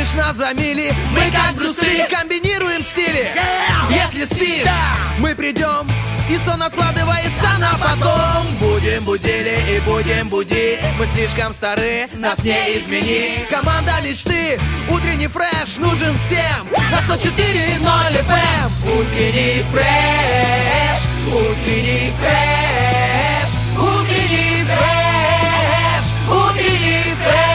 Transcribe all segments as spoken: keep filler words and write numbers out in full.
Видишь нас за мили, мы как Брюс Ли, комбинируем стили. Если спишь, мы придем, и сон откладывается на потом. Будем будили и будем будить, мы слишком стары, нас не изменить. Команда мечты, утренний фреш нужен всем на сто четыре ноль эф эм. Утренний фреш, утренний фреш, утренний фреш, утренний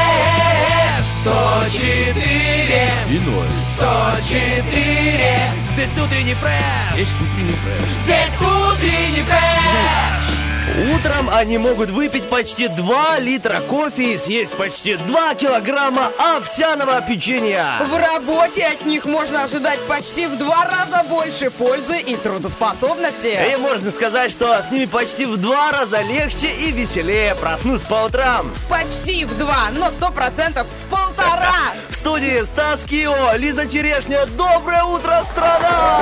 фреш. Сто четыре и ноль. Сто четыре. Здесь утренний фреш. Здесь утренний фреш. Здесь утренний фреш. Утром они могут выпить почти два литра кофе и съесть почти два килограмма овсяного печенья. В работе от них можно ожидать почти в два раза больше пользы и трудоспособности. И можно сказать, что с ними почти в два раза легче и веселее проснуться по утрам. Почти в два, но сто процентов в полтора. В студии Стас Кио, Лиза Черешня. Доброе утро, страна!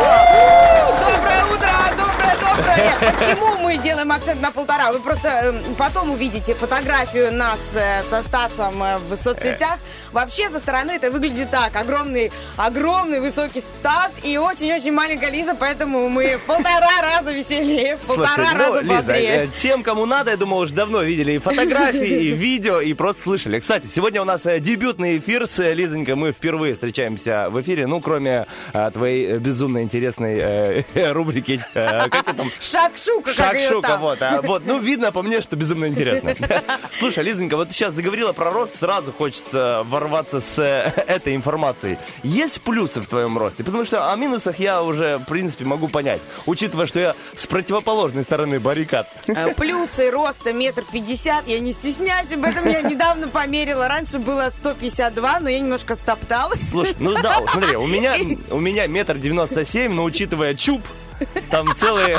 Доброе утро, доброе, доброе. Почему мы делаем акцент на полтора? Вы просто э, потом увидите фотографию нас э, со Стасом э, в соцсетях. Вообще со стороны это выглядит так. Огромный, огромный высокий Стас и очень-очень маленькая Лиза, поэтому мы в полтора раза веселее, в полтора Слушайте, раза ну, бодрее. Лиза, тем, кому надо, я думаю, уже давно видели и фотографии, и видео, и просто слышали. Кстати, сегодня у нас дебютный эфир с Лизонькой. Мы впервые встречаемся в эфире, ну, кроме а, твоей безумно интересной э, рубрики. Э, как это там? Шакшука, как ее Шакшука, там. вот, а, вот. Ну, видно по мне, что безумно интересно. Слушай, Лизонька, вот ты сейчас заговорила про рост, сразу хочется ворваться с этой информацией. Есть плюсы в твоем росте? Потому что о минусах я уже, в принципе, могу понять, учитывая, что я с противоположной стороны баррикад. Плюсы роста метр пятьдесят, я не стесняюсь, об этом я недавно померила. Раньше было сто пятьдесят два, но я немножко стопталась. Слушай, ну да, вот смотри, у меня, у меня метр девяносто семь, но учитывая чуб, там целые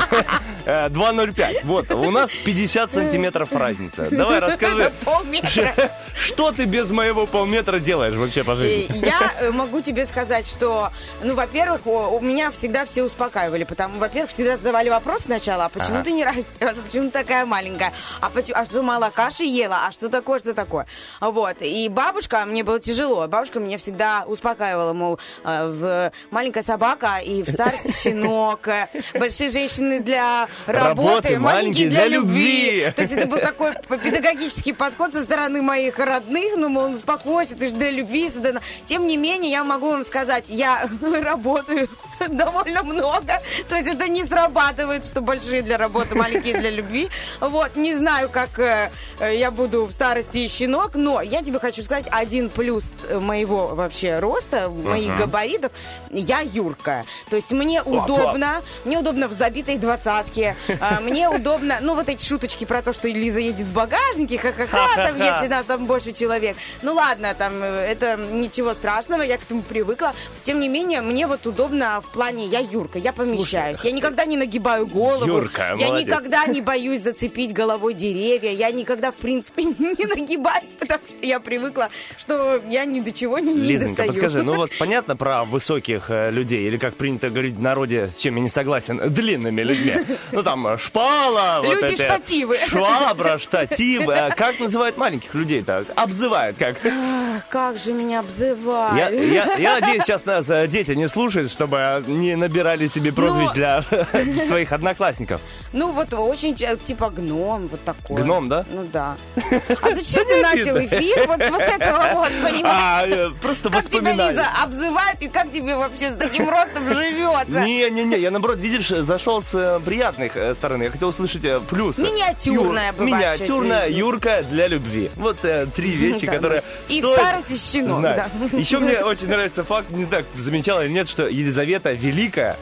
два ноль пять. Вот, у нас пятьдесят сантиметров разница. Давай расскажи, Это полметра. что ты без моего полметра делаешь вообще по жизни? Я могу тебе сказать, что, ну, во-первых, у меня всегда все успокаивали, потому, во-первых, всегда задавали вопрос сначала, а почему Ага. ты не растешь, а почему ты такая маленькая, а, почему, а что мало каши ела, а что такое, что такое. Вот, и бабушка, мне было тяжело, бабушка меня всегда успокаивала, мол, э, в маленькая собака и в старости щенок, э, большие женщины для работы, Работы, маленькие для, для любви. любви. То есть это был такой педагогический подход со стороны моих родных, ну, мол, успокойся, ты же для любви создана. Тем не менее, я могу вам сказать, я работаю довольно много, то есть это не срабатывает, что большие для работы, маленькие для любви. Вот, не знаю, как э, я буду в старости и щенок, но я тебе хочу сказать, один плюс моего вообще роста, моих uh-huh. габаритов, я юркая. То есть мне удобно, мне удобно в забитой двадцатке, э, мне удобно, ну, вот эти шуточки про то, что Лиза едет в багажнике, ха-ха-ха, там, если нас там больше человек. Ну, ладно, там, это ничего страшного, я к этому привыкла. Тем не менее, мне вот удобно в плане, я Юрка, я помещаюсь. Слушай, я никогда не нагибаю голову. Юрка, я молодец. никогда не боюсь зацепить головой деревья. Я никогда, в принципе, не нагибаюсь, потому что я привыкла, что я ни до чего не, не Лизонька, достаю. подскажи, ну вот понятно про высоких э, людей, или как принято говорить в народе, с чем я не согласен, длинными людьми. Ну там шпала, вот Люди это, штативы. швабра, штативы. А как называют маленьких людей так? Обзывают как? Ах, как же меня обзывают. Я, я, я надеюсь, сейчас нас э, дети не слушают, чтобы не набирали себе прозвищ Но... для своих одноклассников. Ну вот очень типа гном, вот такой. Гном, да? Ну да. А зачем ты начал эфир? Вот вот этого вот, понимаешь? Просто как тебя, воспоминания. Лиза, обзывает, и как тебе вообще с таким ростом живется? Не-не-не, я наоборот, видишь, зашел с приятной стороны. Я хотел услышать плюс. Миниатюрная Юр, бывает. Миниатюрная Юрка для любви. Вот э, три вещи, Да, которые и стоит в старости щенок, знать. да. Еще мне очень нравится факт, не знаю, ты замечала или нет, что Елизавета Великая.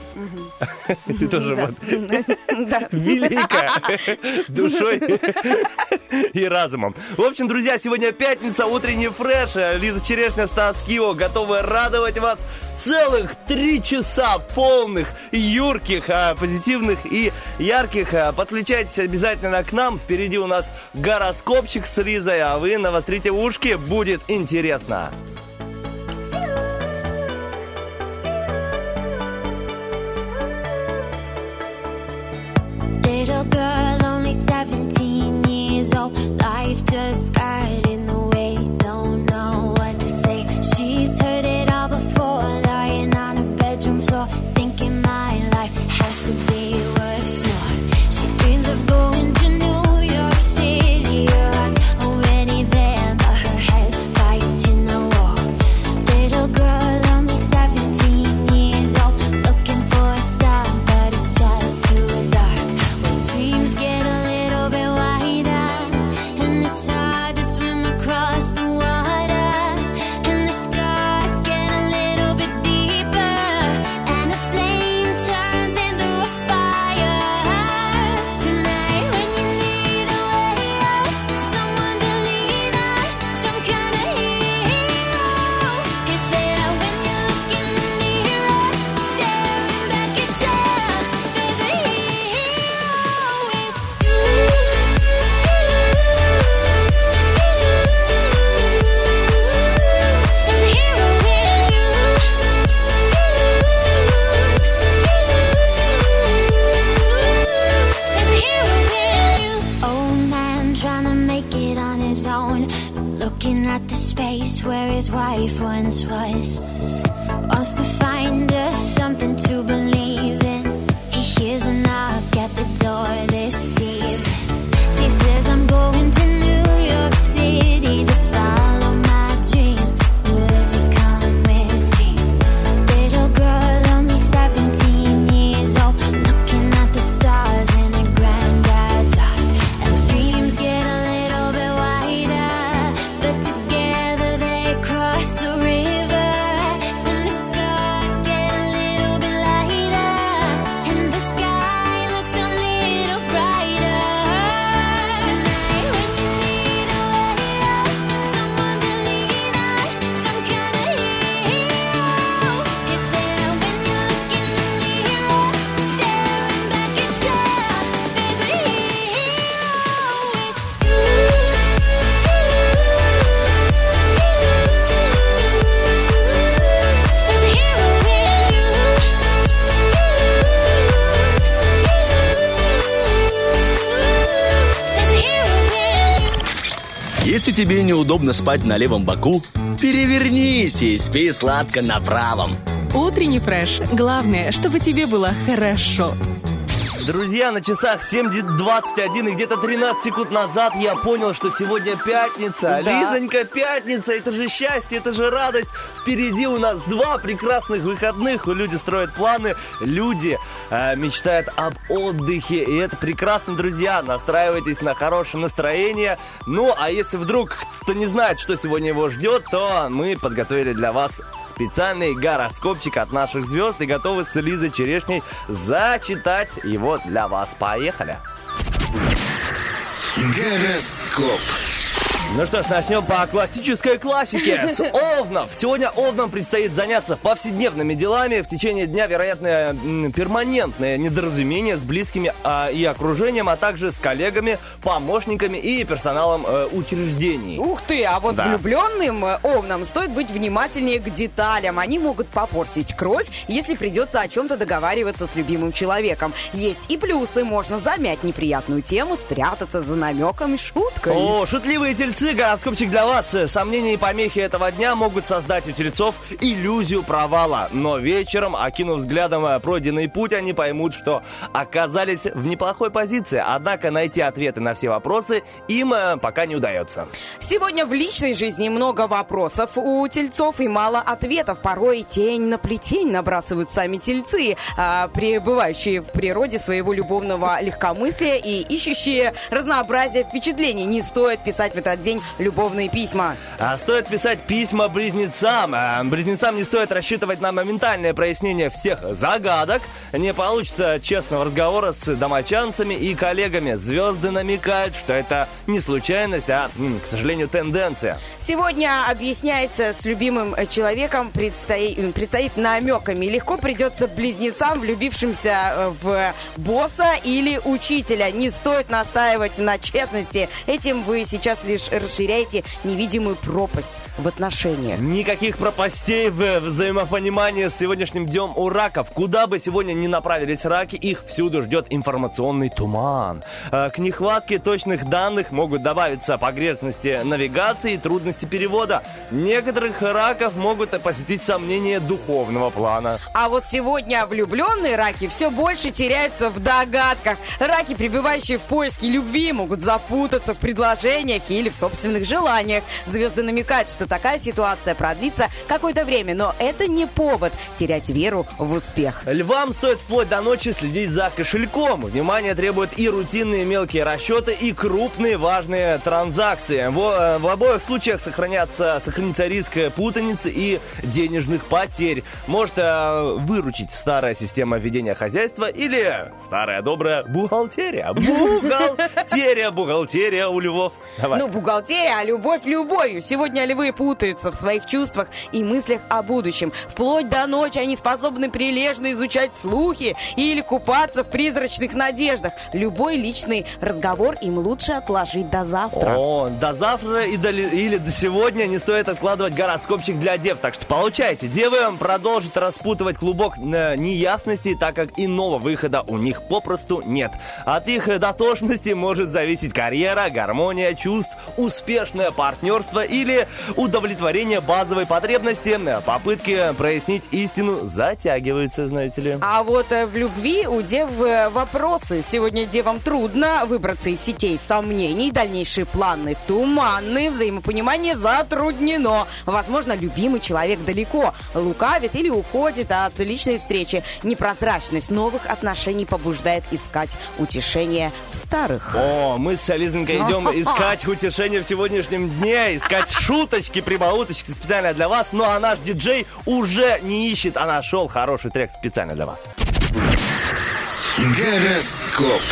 Ты тоже вот великая душой и разумом. В общем, друзья, сегодня пятница, утренний фреш. Лиза Черешня, Стас Кио готовы радовать вас целых три часа полных, юрких, позитивных и ярких. Подключайтесь обязательно к нам. Впереди у нас гороскопчик с Лизой, а вы навострите ушки, будет интересно. Little girl, only seventeen years old. Life just got in the way. Don't know what to say. She's heard it looking at the space where his wife once was. Wants to find us something to believe in. He hears a knock at the door this evening. She says, I'm going to New York City to follow my dreams. Would you come with me? Little girl, only seventeen years old, looking at the stars in her granddad's eyes. And the dreams get a little bit wider, but together they cross the river. And the stars get a little bit lighter, and the sky looks a little brighter. Tonight when you need a way out, someone to lean on, some kind of hero is there when you look in the mirror, staring back at you. There's a hero with you. There's a hero in you. There's a hero in you. Если тебе неудобно спать на левом боку, перевернись и спи сладко на правом. Утренний фреш. Главное, чтобы тебе было хорошо. Друзья, на часах семь двадцать один, и где-то тринадцать секунд назад я понял, что сегодня пятница. Да. Лизонька, пятница, это же счастье, это же радость. Впереди у нас два прекрасных выходных. Люди строят планы, люди э, мечтают об отдыхе. И это прекрасно, друзья. Настраивайтесь на хорошее настроение. Ну, а если вдруг кто не знает, что сегодня его ждет, то мы подготовили для вас специальный гороскопчик от наших звезд и готовы с Лизой Черешней зачитать его для вас. Поехали! Гороскоп. Ну что ж, начнем по классической классике с Овнов. Сегодня Овнам предстоит заняться повседневными делами. В течение дня, вероятно, м, перманентное недоразумение с близкими а, и окружением, а также с коллегами, помощниками и персоналом э, учреждений. Ух ты, а вот Да. влюбленным э, овнам стоит быть внимательнее к деталям. Они могут попортить кровь, если придется о чем-то договариваться с любимым человеком. Есть и плюсы. Можно замять неприятную тему, спрятаться за намеком и шуткой. О, шутливые тельцы, гороскопчик для вас. Сомнения и помехи этого дня могут создать у тельцов иллюзию провала. Но вечером, окинув взглядом пройденный путь, они поймут, что оказались в неплохой позиции. Однако найти ответы на все вопросы им э, пока не удается. Сегодня в личной жизни много вопросов у тельцов и мало ответов. Порой тень на плетень набрасывают сами тельцы, а, пребывающие в природе своего любовного легкомыслия и ищущие разнообразие впечатлений. Не стоит писать в этот день любовные письма. А стоит писать письма близнецам. А близнецам не стоит рассчитывать на моментальное прояснение всех загадок. Не получится честного разговора с домочадцами и коллегами. Звезды намекают, что это не случайность, а, к сожалению, тенденция. Сегодня объясняется с любимым человеком предстоит, предстоит намеками. Легко придется близнецам, влюбившимся в босса или учителя. Не стоит настаивать на честности. Этим вы сейчас лишь расширяете невидимую пропасть в отношениях. Никаких пропастей в взаимопонимании с сегодняшним днем у раков. Куда бы сегодня ни направились раки, их всюду ждет информационный туман. К нехватке точных данных могут добавиться погрешности навигации и трудности перевода. Некоторых раков могут посетить сомнения духовного плана. А вот сегодня влюбленные раки все больше теряются в догадках. Раки, пребывающие в поиске любви, могут запутаться в предложениях или в собственных желаниях. Звезды намекают, что такая ситуация продлится какое-то время, но это не повод терять веру в успех. Львам стоит вплоть до ночи следить за кошельком. Внимание требуют и рутинные мелкие расчеты, и крупные важные транзакции. В, в обоих случаях сохранятся, сохранится риск путаницы и денежных потерь. Может э, выручить старая система ведения хозяйства или старая добрая бухгалтерия. Бухгалтерия, бухгалтерия у львов. Давай. Ну, бухгалтерия, а любовь любовью. Сегодня львы путаются в своих чувствах и мыслях о будущем. Вплоть до ночи они способны прилежно изучать слухи или купаться в призрачных надеждах. Любой личный разговор им лучше отложить до завтра. О, до завтра и до, или до сегодня не стоит откладывать гороскопчик для дев. Так что получайте. Девы продолжат распутывать клубок э, неясностей, так как иного выхода у них попросту нет. От их дотошности может зависеть карьера, гармония чувств, успешное партнерство или удовлетворение базовой потребности. Попытки прояснить истину затягиваются, знаете ли. А вот э, в любви у дев э, вопросы. Сегодня девам трудно выбраться из сетей сомнений. Дальнейшие планы туманны. Взаимопонимание затруднено. Возможно, любимый человек далеко. Лукавит или уходит от личной встречи. Непрозрачность новых отношений побуждает искать утешение в старых. О, мы с Лизонькой идем искать утешение в сегодняшнем дне. Искать шуточки, прибауточки специально для вас. Ну а наш диджей уже не ищет, а нашел хороший трек специально для вас. Гороскоп.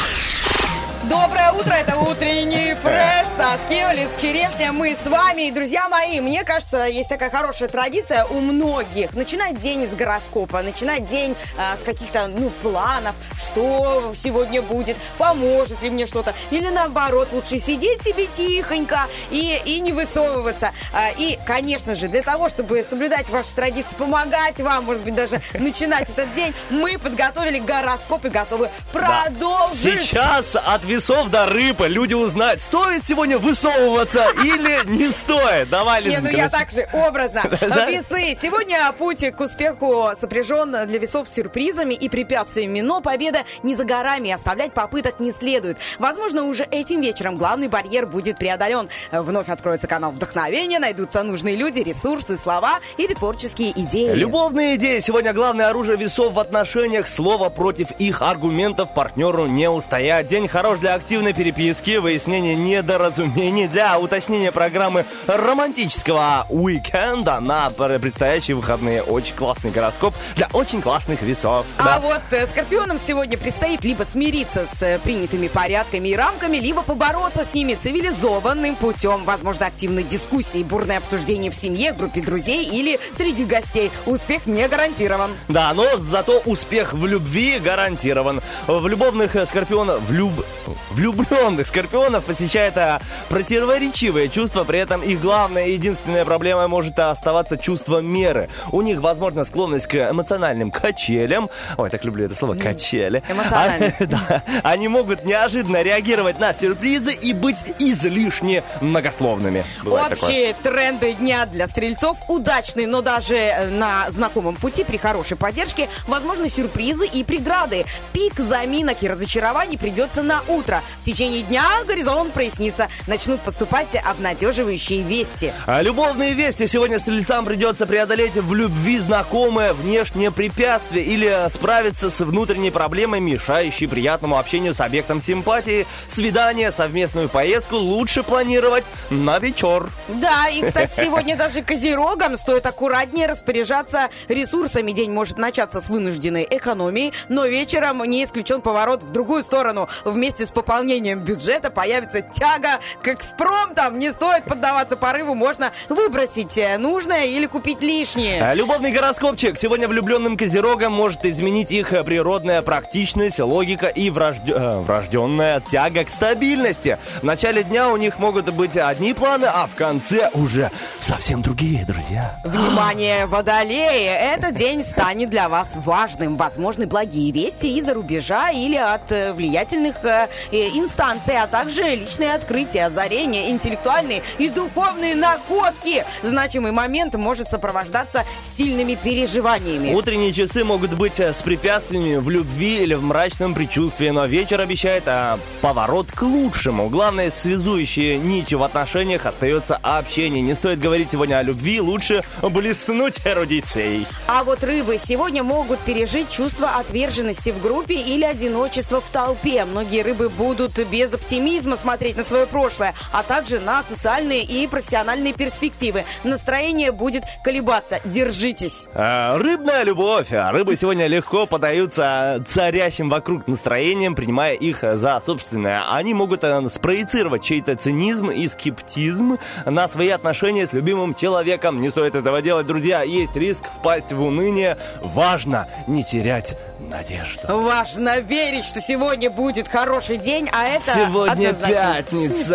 Доброе утро, это утренний фреш, Стас Киолис, Черешня, мы с вами. И, друзья мои, мне кажется, есть такая хорошая традиция у многих начинать день с гороскопа, начинать день а, с каких-то, ну, планов, что сегодня будет, поможет ли мне что-то, или наоборот, лучше сидеть себе тихонько и, и не высовываться. А, и, конечно же, для того, чтобы соблюдать ваши традиции, помогать вам, может быть, даже начинать этот день, мы подготовили гороскоп и готовы продолжить. Сейчас от весов до рыбы люди узнают, стоит сегодня высовываться или не стоит. Давай, Не, Лизонька, ну я начни. так же образно. Весы. Сегодня путь к успеху сопряжен для весов с сюрпризами и препятствиями, но победа не за горами, оставлять попыток не следует. Возможно, уже этим вечером главный барьер будет преодолен. Вновь откроется канал вдохновения, найдутся нужные люди, ресурсы, слова или творческие идеи. Любовные идеи. Сегодня главное оружие весов в отношениях. Слово против их аргументов партнеру не устоять. День хорош для активной переписки, выяснения недоразумений, для уточнения программы романтического уикенда на предстоящие выходные. Очень классный гороскоп для очень классных весов. А Да. вот э, скорпионам сегодня предстоит либо смириться с э, принятыми порядками и рамками, либо побороться с ними цивилизованным путем. Возможно, активные дискуссии, бурное обсуждение в семье, группе друзей или среди гостей. Успех не гарантирован. Да, но зато успех в любви гарантирован. В любовных э, скорпионов... В люб... Влюбленных скорпионов посещает а, противоречивые чувства, при этом их главная и единственная проблема может оставаться чувство меры. У них, возможно, склонность к эмоциональным качелям. Ой, так люблю это слово, качели. Эмоциональные. А, да, они могут неожиданно реагировать на сюрпризы и быть излишне многословными. Бывает Общие такое. тренды дня для стрельцов удачные, но даже на знакомом пути при хорошей поддержке возможны сюрпризы и преграды. Пик заминок и разочарований придется на утро. В течение дня горизонт прояснится. Начнут поступать обнадеживающие вести. А любовные вести. Сегодня стрельцам придется преодолеть в любви знакомое внешнее препятствие или справиться с внутренней проблемой, мешающей приятному общению с объектом симпатии. Свидание, совместную поездку лучше планировать на вечер. Да, и, кстати, сегодня даже козерогам стоит аккуратнее распоряжаться ресурсами. День может начаться с вынужденной экономии, но вечером не исключен поворот в другую сторону. Вместе с пополнением бюджета появится тяга к экспромтам. Не стоит поддаваться порыву, можно выбросить нужное или купить лишнее. А любовный гороскопчик. Сегодня влюбленным козерогам может изменить их природная практичность, логика и врожд... э, врожденная тяга к стабильности. В начале дня у них могут быть одни планы, а в конце уже совсем другие, друзья. Внимание, водолеи! Этот день станет для вас важным. Возможны благие вести из-за рубежа или от э, влиятельных э, инстанций, а также личные открытия, озарения, интеллектуальные и духовные находки. Значимый момент может сопровождаться сильными переживаниями. Утренние часы могут быть с препятствиями в любви или в мрачном предчувствии, но вечер обещает а, поворот к лучшему. Главное, связующей нитью в отношениях остается общение. Не стоит говорить сегодня о любви, лучше блеснуть эрудицией. А вот рыбы сегодня могут пережить чувство отверженности в группе или одиночества в толпе. Многие рыбы будут без оптимизма смотреть на свое прошлое, а также на социальные и профессиональные перспективы. Настроение будет колебаться. Держитесь. А, рыбная любовь. Рыбы сегодня легко поддаются царящим вокруг настроениям, принимая их за собственное. Они могут а, спроецировать чей-то цинизм и скептизм на свои отношения с любимым человеком. Не стоит этого делать, друзья. Есть риск впасть в уныние. Важно не терять надежду. Важно верить, что сегодня будет хороший день, а это Сегодня однозначно пятница.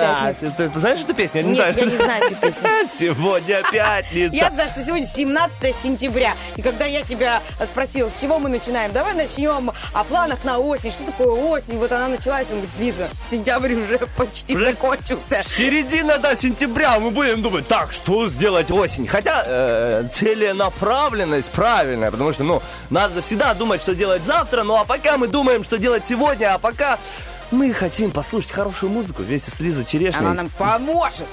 Да, ты, ты, ты знаешь эту песню? Я не Нет, знаю. я не знаю эту песню. Сегодня пятница. Я знаю, что сегодня семнадцатое сентября. И когда я тебя спросила, с чего мы начинаем, давай начнем о планах на осень. Что такое осень? Вот она началась, он говорит, Лиза, сентябрь уже почти Уже закончился. Середина, да, сентября. Мы будем думать, так, что сделать осень? Хотя э, целенаправленность правильная, потому что, ну, надо всегда думать, что делать завтра. Ну, а пока мы думаем, что делать сегодня, а пока мы хотим послушать хорошую музыку вместе с Лизой Черешней. Она нам поможет.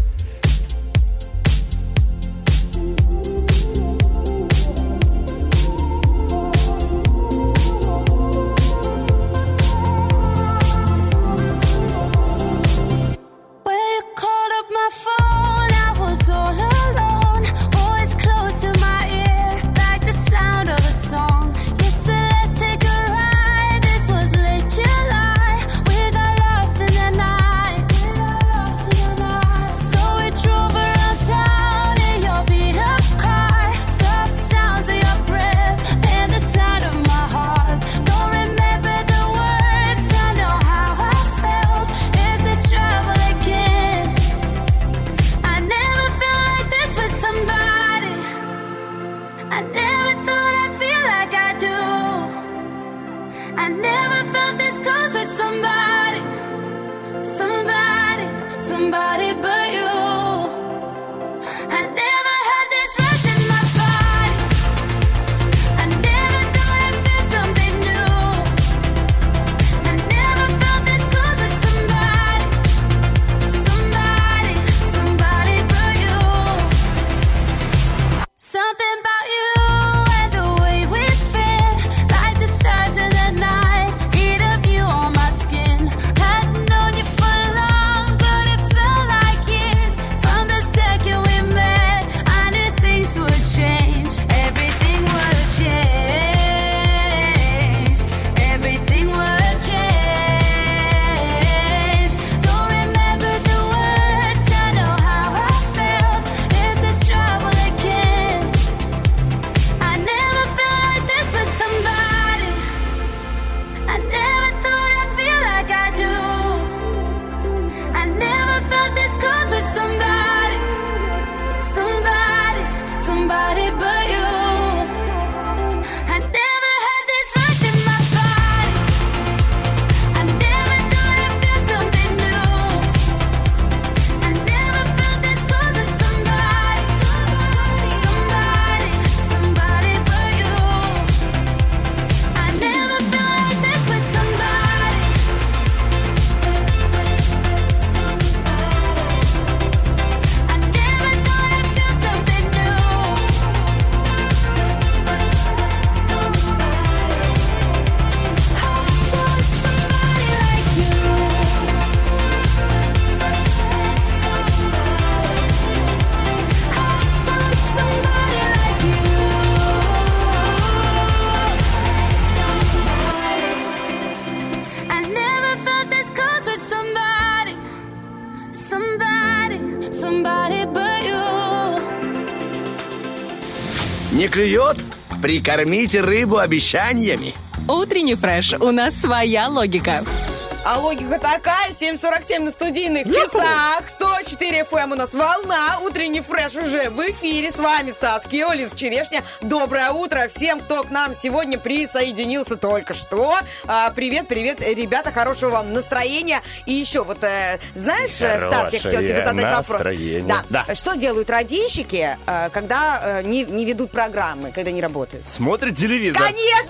Не клюет? Прикормите рыбу обещаниями. Утренний фреш. У нас своя логика. А логика такая, семь сорок семь на студийных часах, сто четыре эф эм у нас волна, утренний фреш уже в эфире, с вами Стас Кио, Лиза Черешня. Доброе утро всем, кто к нам сегодня присоединился только что. А, привет, привет, ребята, хорошего вам настроения. И еще вот, э, знаешь, Хорошее Стас, я хотела тебе задать вопрос. Да. Да. Что делают радищики, э, когда э, не, не ведут программы, когда не работают? Смотрит телевизор. Конечно!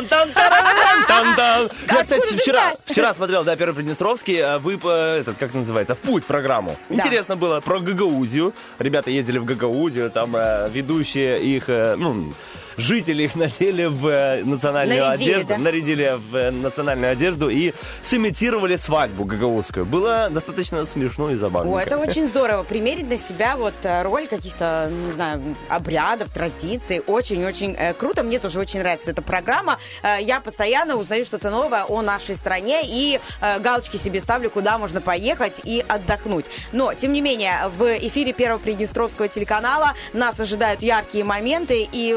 Тан-тан-тарарам-тан-тан. Я, кстати, Откуда ты вчера, знаешь? вчера смотрел, да, Первый Приднестровский, вы, этот, как называется, в путь программу. Да. Интересно было про Гагаузию. Ребята ездили в Гагаузию, там э, ведущие их, э, ну, жители их надели в э, национальную Нарядили, одежду, да? нарядили в э, национальную одежду и сымитировали свадьбу гагаузскую. Было достаточно смешно и забавно. О, это очень здорово. Примерить для себя вот э, роль каких-то, не знаю, обрядов, традиций. Очень-очень э, круто. Мне тоже очень нравится эта программа. Э, я постоянно узнаю что-то новое о нашей стране и э, галочки себе ставлю, куда можно поехать и отдохнуть. Но, тем не менее, в эфире Первого Приднестровского телеканала нас ожидают яркие моменты, и вот такой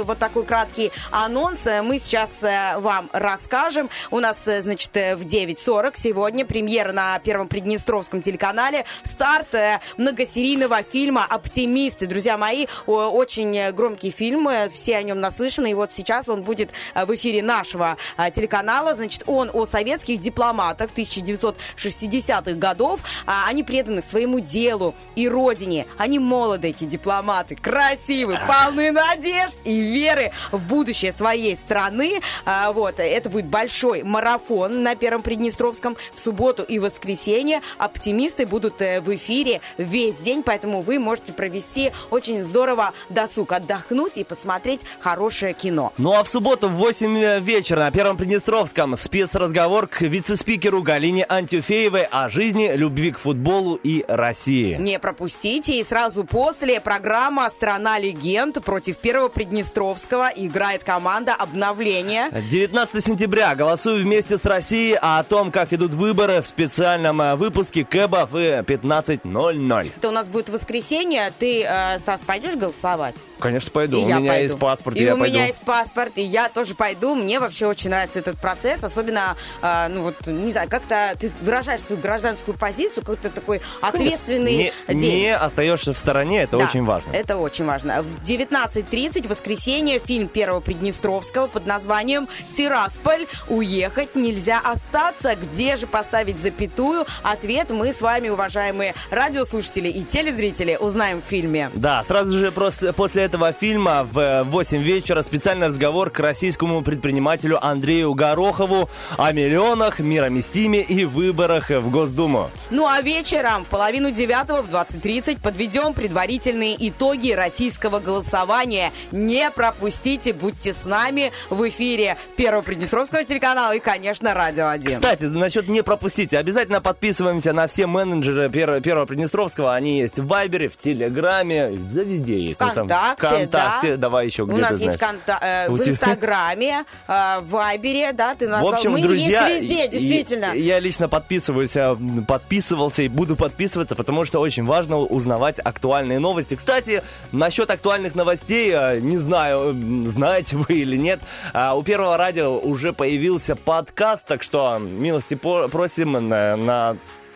краткий анонс мы сейчас вам расскажем. У нас, значит, в девять сорок сегодня премьера на Первом Приднестровском телеканале, старт многосерийного фильма «Оптимисты». Друзья мои, очень громкий фильм, все о нем наслышаны, и вот сейчас он будет в эфире нашего телеканала. Значит, он о советских дипломатах тысяча девятьсот шестидесятых годов. Они преданы своему делу и родине. Они молоды, эти дипломаты, красивы, полны надежд и веры в будущее своей страны. Вот, это будет большой марафон на Первом Приднестровском в субботу и воскресенье. «Оптимисты» будут в эфире весь день, поэтому вы можете провести очень здорово досуг, отдохнуть и посмотреть хорошее кино. Ну а в субботу в восемь вечера на Первом Приднестровском спецразговор к вице-спикеру Галине Антюфеевой о жизни, любви к футболу и России. Не пропустите. И сразу после программа «Страна легенд» против Первого Приднестровского играет команда «Обновление». девятнадцатого сентября голосую вместе с Россией, а о том, как идут выборы, в специальном выпуске Кэба в пятнадцать ноль ноль. Это у нас будет воскресенье. Ты, э, Стас, пойдешь голосовать? Конечно, пойду. И у я меня пойду. есть паспорт, и и я у пойду. меня есть паспорт, и я тоже пойду. Мне вообще очень нравится этот процесс. Особенно, э, ну вот, не знаю, как-то ты выражаешь свою гражданскую позицию, какой-то такой ответственный не, день. Не остаешься в стороне, это да, очень важно. Это очень важно. В девятнадцать тридцать в воскресенье фильм Первого Приднестровского под названием «Тирасполь. Уехать нельзя остаться». Где же поставить запятую? Ответ мы с вами, уважаемые радиослушатели и телезрители, узнаем в фильме. Да, сразу же после этого фильма в восемь вечера специальный разговор к российскому предпринимателю Андрею Горохову о миллионах, мироместиме и выборах в Госдуму. Ну а вечером в половину девятого в двадцать тридцать подведем предварительные итоги российского голосования. Не пропустите, будьте с нами в эфире Первого Приднестровского телеканала и, конечно, Радио один. Кстати, насчет не пропустите, обязательно подписываемся на все менеджеры Первого Приднестровского. Они есть в Вайбере, в Телеграме, да везде есть. ВКонтакте, ВКонтакте, да. давай еще где-то. У нас знаешь. есть конта- э, в Инстаграме, э, в Вайбере, да, ты назвал. В общем, мы друзья, есть везде, действительно. Я, я лично подписываюсь, подписывался и буду подписываться, потому что очень важно узнавать актуальные новости. Кстати, насчет актуальных новостей, не знаю, знаете вы или нет, у Первого радио уже появился подкаст, так что милости просим на... на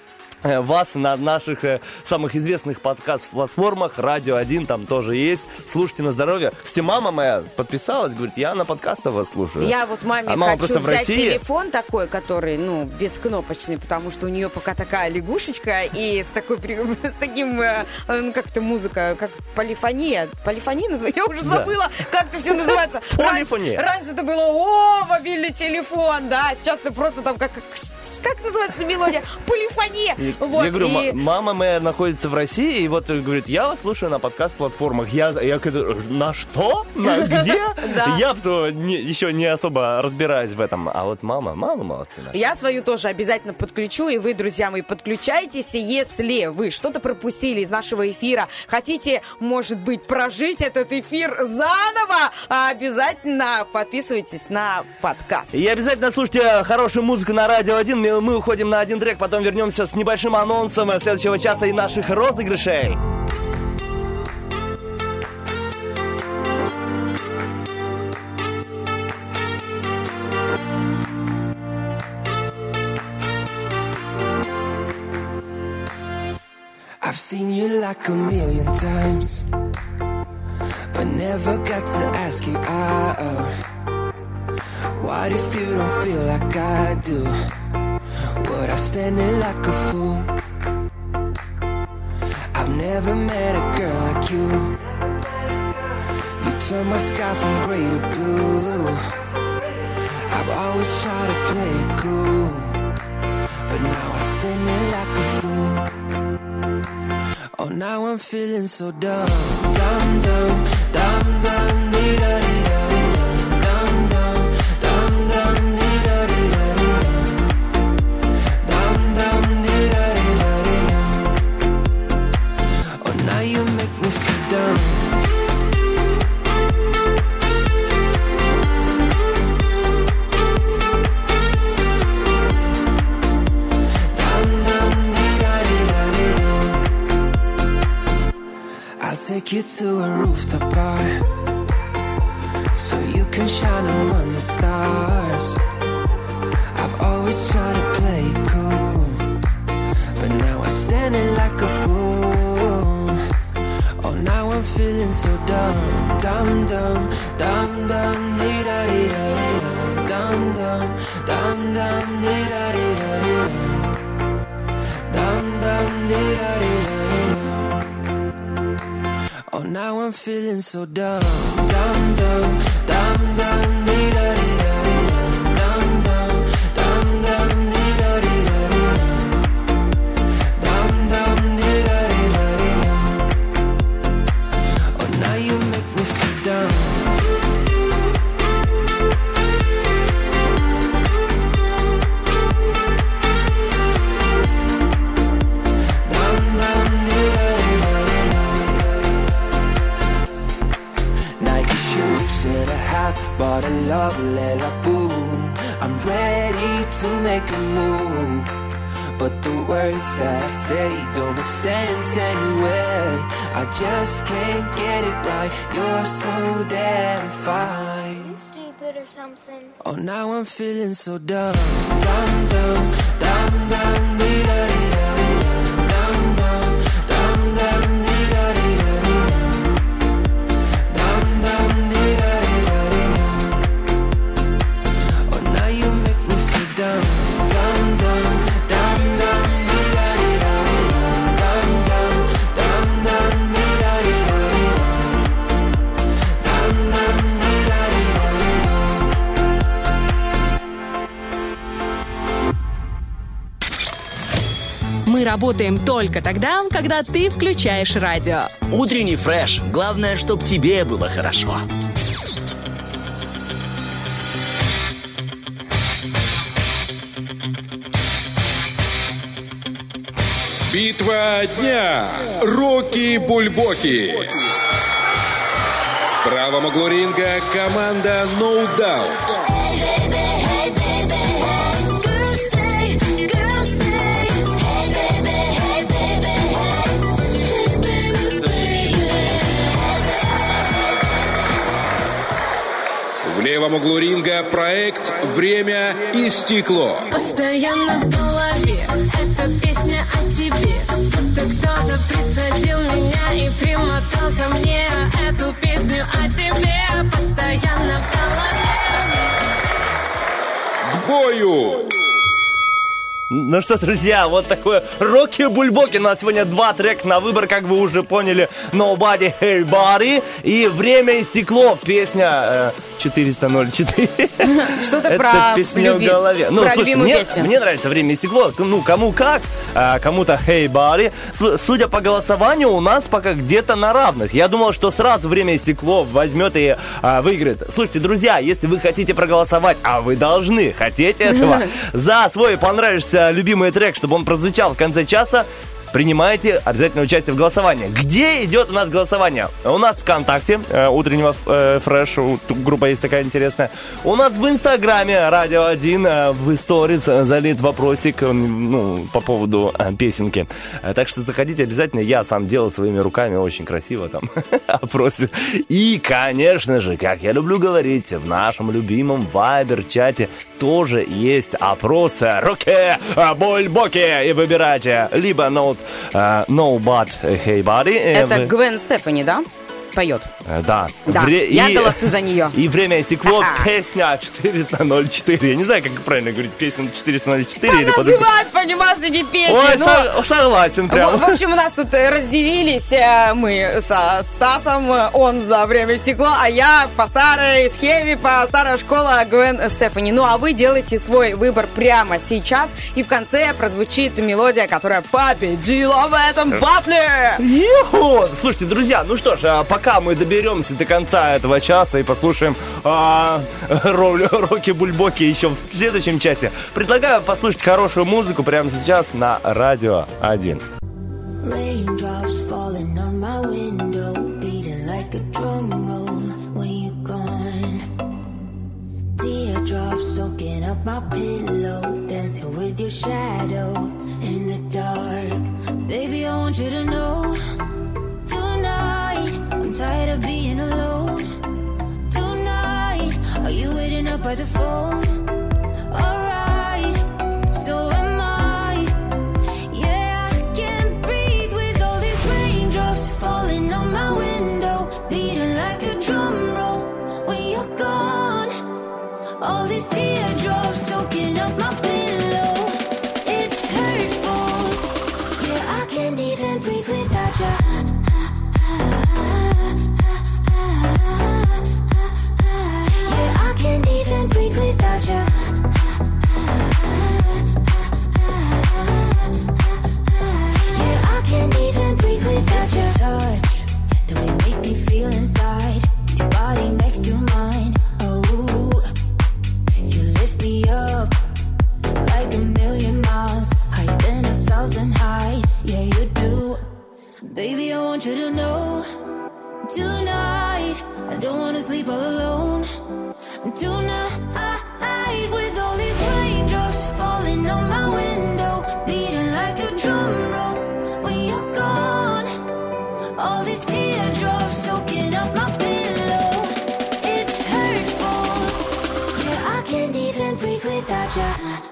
вас на наших э, самых известных подкаст-платформах. Радио один там тоже есть. Слушайте на здоровье. Кстати, мама моя подписалась, говорит, я на подкастах вас слушаю. Я вот маме а мама хочу взять России... телефон такой, который, ну, бескнопочный, потому что у нее пока такая лягушечка и с такой, с таким, э, ну, как это музыка, как полифония. Полифония называется? Я уже да. забыла, как это все называется. Полифония. Раньше, раньше это было, о, мобильный телефон, да, сейчас ты просто там, как, как называется мелодия? Полифония. Вот, я говорю, и... мама моя находится в России, и вот говорит, я вас слушаю на подкаст-платформах. Я, я говорю, на что? На где? Я еще не особо разбираюсь в этом. А вот мама, мама молодцы. Я свою тоже обязательно подключу, и вы, друзья мои, подключайтесь. Если вы что-то пропустили из нашего эфира, хотите, может быть, прожить этот эфир заново, обязательно подписывайтесь на подкаст. И обязательно слушайте хорошую музыку на Радио один. Мы уходим на один трек, потом вернемся с небольшим анонсом следующего часа и наших розыгрышей. I've seen you like a million times, but never got to ask you out. What if you don't feel like I do? Would I stand there like a fool? I've never met a girl like you. You turn my sky from gray to blue. I've always tried to play it cool, but now I stand there like a fool. Oh, now I'm feeling so dumb, dumb, dumb, dumb, dumb, dee da dee da dee dum, dumb, dumb, dumb, dumb, dee da dee da dee dum, dumb, dumb, dee da dee da dee dum. Oh, now you make me feel dumb. I'll take you to a rooftop bar, so you can shine among the stars. I've always tried to play it cool, but now I'm standing like a fool. Oh, now I'm feeling so dumb, dumb, dumb, dumb, dumb, dee da dee da dee dum, dumb, dumb, dumb, dumb, dee da dee da dee dum, dumb, dumb, dee da dee da dee dum. Oh, now I'm feeling so dumb, dumb, dumb, dumb, dumb, dee da dee da dee dum, dumb, dumb, dumb, dumb, dee da dee da dee dum, dumb, dumb, dee da dee da dee dum. Oh, now you make me feel dumb. Bought a love letter, boom. I'm ready to make a move, but the words that I say don't make sense anyway. I just can't get it right. You're so damn fine. Stupid or something. Oh, now I'm feeling so dumb, dumb, dumb, dumb, dumb, dee da dee da dee dum, dumb, dumb, dumb, dumb, dee da dee da dee dum, dumb, dumb, dee da dee da dee dum. Oh, now you make me feel dumb, dumb, dumb, dumb, dumb, dee da dee da dee dum, dumb, dumb, dumb, dumb, dee da dee da dee dum, dumb, dumb, dee da dee da dee dum. Мы работаем только тогда, когда ты включаешь радио. Утренний фреш. Главное, чтоб тебе было хорошо. Битва дня. Рокки Бульбоки. В правом углу ринга команда No Doubt. В левом углу ринга проект «Время и стекло». Постоянно в голове эта песня о тебе. Будто кто-то присадил меня и примотал ко мне эту песню о тебе. Постоянно в голове. К бою! Ну что, друзья, вот такое Рокки Бульбоки. У нас сегодня два трека на выбор, как вы уже поняли. Nobody, Hey Buddy и «Время и стекло». Песня э, четыреста ноль четыре. Что-то про, песня люби... в голове. Ну, про слушайте, любимую мне, песню. Мне нравится «Время и стекло». Ну, кому как. А, кому-то Hey Buddy. Судя по голосованию, у нас пока где-то на равных. Я думал, что сразу «Время и стекло» возьмет и а, выиграет. Слушайте, друзья, если вы хотите проголосовать, а вы должны хотеть этого, за свой понравившийся любимый трек, чтобы он прозвучал в конце часа, принимайте обязательно участие в голосовании. Где идет у нас голосование? У нас ВКонтакте, э, утреннего э, фреш, группа есть такая интересная. У нас в Инстаграме Радио один, э, в сторис э, залит вопросик э, ну, по поводу э, песенки. Э, так что заходите обязательно. Я сам делал своими руками, очень красиво там опросы. И, конечно же, как я люблю говорить, в нашем любимом Вайбер-чате тоже есть опросы Рокки Бульбоки. И выбирайте либо ноут Uh, no but hey buddy. Это Вы... Гвен Стефани, да? Поет. Uh, да. Да, Вре... я и... голосую за нее. И «Время и стекло», песня четыреста ноль четыре. Я не знаю, как правильно говорить, песня четыреста ноль четыре. Или называют, понимаешь, эти песни. Ой, ну, со- согласен прям. В, в общем, у нас тут разделились мы со Стасом, он за «Время и стекло», а я по старой схеме, по старой школе Гвен Стефани. Ну, а вы делаете свой выбор прямо сейчас, и в конце прозвучит мелодия, которая победила в этом батле. Ю-ху! Слушайте, друзья, ну что ж, пока мы доберемся до конца этого часа и послушаем а, Рокки Бульбоки еще в следующем часе, предлагаю послушать хорошую музыку прямо сейчас на Радио один. Raindrops falling on my window, beating like a drum roll when you're gone. Teardrops soaking up my pillow, dancing with your shadow in the dark. Baby, I want you to know, tonight I'm tired of being alone. Tonight by the phone. Alright, so am I. Yeah, I can't breathe with all these raindrops falling on my window, beating like a drum roll when you're gone. All these teardrops soaking up my pillow. It's hurtful. Yeah, I can't even breathe without you. Yeah, I can't even breathe without you. Yeah, I can't even breathe without you. Touch the way you make me feel inside, with your body next to mine. Oh, you lift me up like a million miles, higher than a thousand highs. Yeah, you do. Baby, I want you to know, tonight I don't wanna sleep all alone. Tonight, with all these raindrops falling on my window, beating like a drum roll when you're gone. All these teardrops soaking up my pillow. It's hurtful. Yeah, I can't even breathe without you.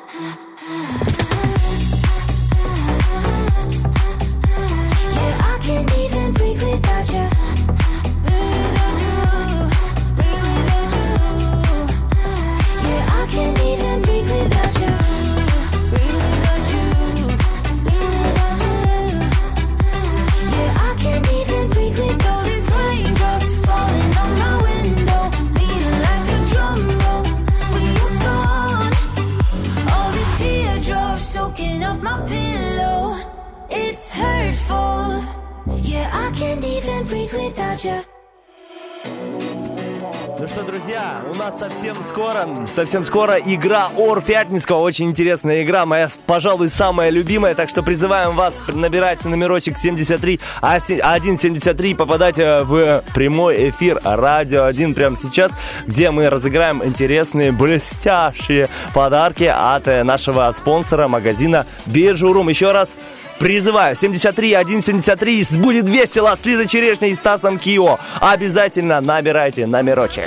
Yeah, I can't even breathe without you. Without you, breathe without you. Yeah, I can't even breathe without you. Breathe without you, breathe without you. Yeah, I can't even breathe with all these raindrops falling on my window, beating like a drum roll when you're gone. All these teardrops soaking up my pillow. It's hurtful. Yeah, I can't even breathe without you. Ну что, друзья, у нас совсем скоро, совсем скоро игра Ор Пятницкого. Очень интересная игра, моя, пожалуй, самая любимая. Так что призываем вас набирать номерочек семьдесят три один семьдесят три, попадать в прямой эфир Радио один прямо сейчас, где мы разыграем интересные, блестящие подарки от нашего спонсора магазина Бижурум. Еще раз призываю, семьдесят три один семьдесят три, будет весело с Лизой Черешней и Стасом Кио. Обязательно набирайте номерочек.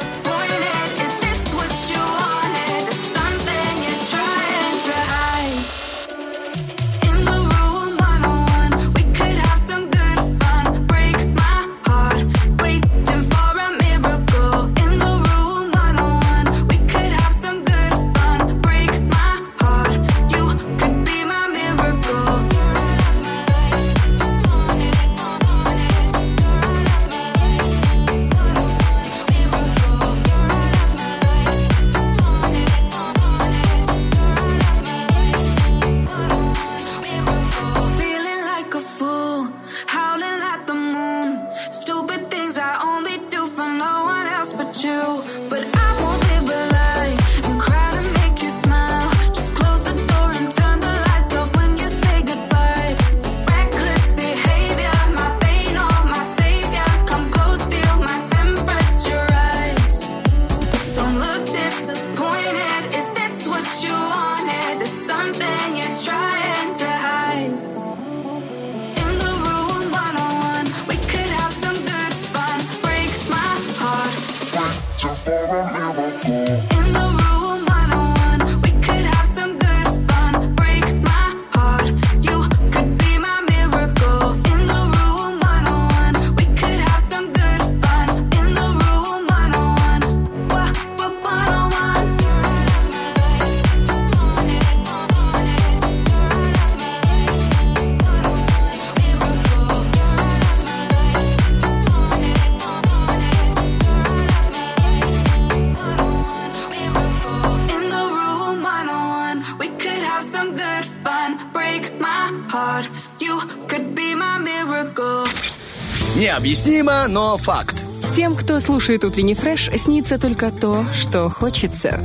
Необъяснимо, но факт. Тем, кто слушает утренний фреш, снится только то, что хочется.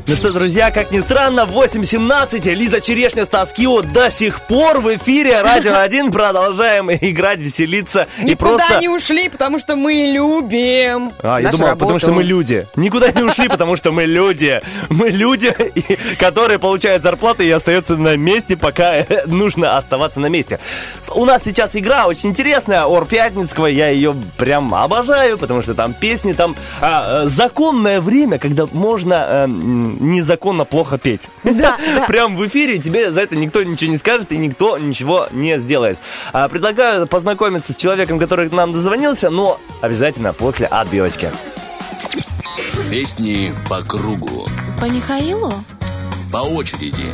Ну что, друзья, как ни странно, в восемь семнадцать Лиза Черешня, Стас Кио до сих пор в эфире Радио один. Продолжаем играть, веселиться. Никуда и просто... не ушли, потому что мы любим А, я нашу думал, работу. потому что мы люди. Никуда не ушли, потому что мы люди. Мы люди, которые получают зарплату и остаются на месте, пока нужно оставаться на месте. У нас сейчас игра очень интересная, Ор Пятницкого. Я ее прям обожаю, потому что там песни, там а, законное время, когда можно а, незаконно плохо петь. Да, да. Прям в эфире тебе за это никто ничего не скажет и никто ничего не сделает. А, предлагаю познакомиться с человеком, который к нам дозвонился, но обязательно после отбивочки. Песни по кругу. По Михаилу? По очереди.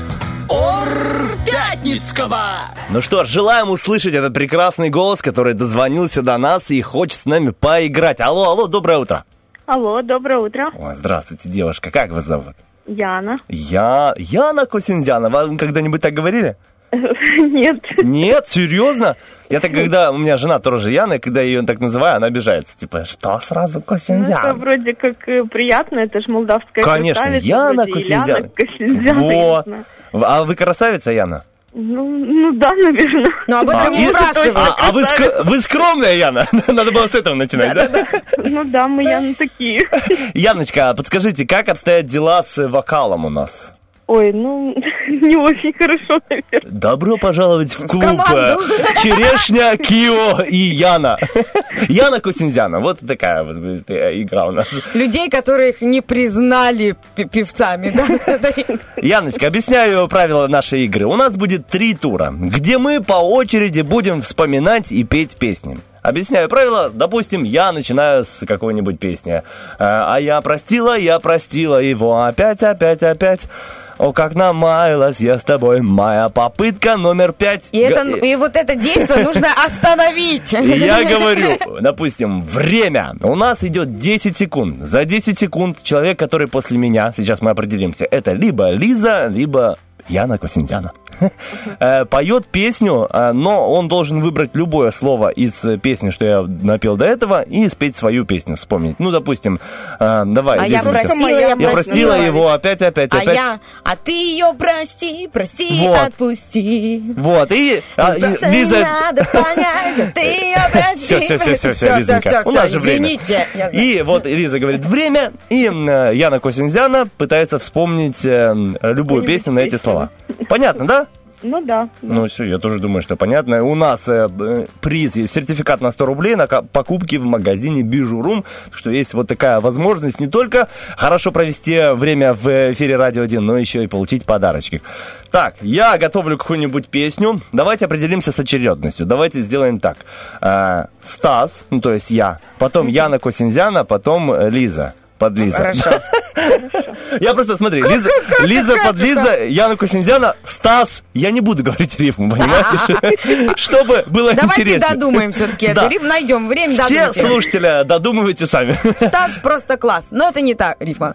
Ор Пятницкого! Ну что ж, желаем услышать этот прекрасный голос, который дозвонился до нас и хочет с нами поиграть. Алло, алло, доброе утро. Алло, доброе утро. О, здравствуйте, девушка. Как вас зовут? Яна. Я... Яна Косинзяна. Вам когда-нибудь так говорили? Нет. Нет, серьезно? Я так, когда у меня жена тоже Яна, и когда я ее так называю, она обижается. Типа, что сразу Ну, Косинзяна? это вроде как э, приятно, это же молдавская Конечно, красавица. Яна вроде, Косинзяна. Иляна Косинзяна, Вот. я знаю. А вы красавица, Яна? Ну, ну да, наверное. Ну, об этом А, не и- спрашивай. А, а вы, ск- вы скромная, Яна? Надо было с этого начинать, да? Ну да, мы Яны такие. Яночка, подскажите, как обстоят дела с вокалом у нас? Ой, ну, не очень хорошо, наверное. Добро пожаловать в клуб команду. э, Черешня, Кио и Яна. Яна Косинзяна. Вот такая вот будет, э, игра у нас. Людей, которых не признали пи- певцами, да? Яночка, объясняю правила нашей игры. У нас будет три тура, где мы по очереди будем вспоминать и петь песни. Объясняю правила. Допустим, я начинаю с какой-нибудь песни. А я простила, я простила его опять, опять, опять. О, как намаялась я с тобой. Моя попытка номер пять. И, это, и вот это действие нужно остановить. И я говорю, допустим, время. У нас идет десять секунд. За десять секунд человек, который после меня, сейчас мы определимся, это либо Лиза, либо Яна Косинзяна, поет песню, но он должен выбрать любое слово из песни, что я напел до этого, и спеть свою песню, вспомнить. Ну, допустим, давай, А я Лизонька. простила, я Я простила его опять, опять, А опять. я, а ты ее прости, прости, Вот. отпусти. Вот, и, а, и Просто Лиза... не надо понять, а ты ее прости. Все, все, все, все, прости. все, Лизонька. У нас же время. Извините. я знаю. И вот Лиза говорит время, и э, Яна Косинзяна пытается вспомнить э, любую песню на эти слова. Понятно, да? Ну да. Ну все, я тоже думаю, что понятно. У нас э, э, приз есть сертификат на сто рублей на ка- покупки в магазине Бижурум, что есть вот такая возможность не только хорошо провести время в эфире Радио один, но еще и получить подарочки. Так, я готовлю какую-нибудь песню. Давайте определимся с очередностью. Давайте сделаем так. Э, Стас, ну то есть я, потом Яна Косинзяна, потом э, Лиза. Под Лиза. Хорошо. Я просто, смотри, Лиза, Лиза под Лиза, Яна Косинзяна, Стас. Я не буду говорить рифму, понимаешь? Чтобы было Давайте интересно. додумаем все-таки эту Да. рифму, найдем время, Все додумайте. слушатели додумывайте сами. Стас просто класс, но это не та рифма.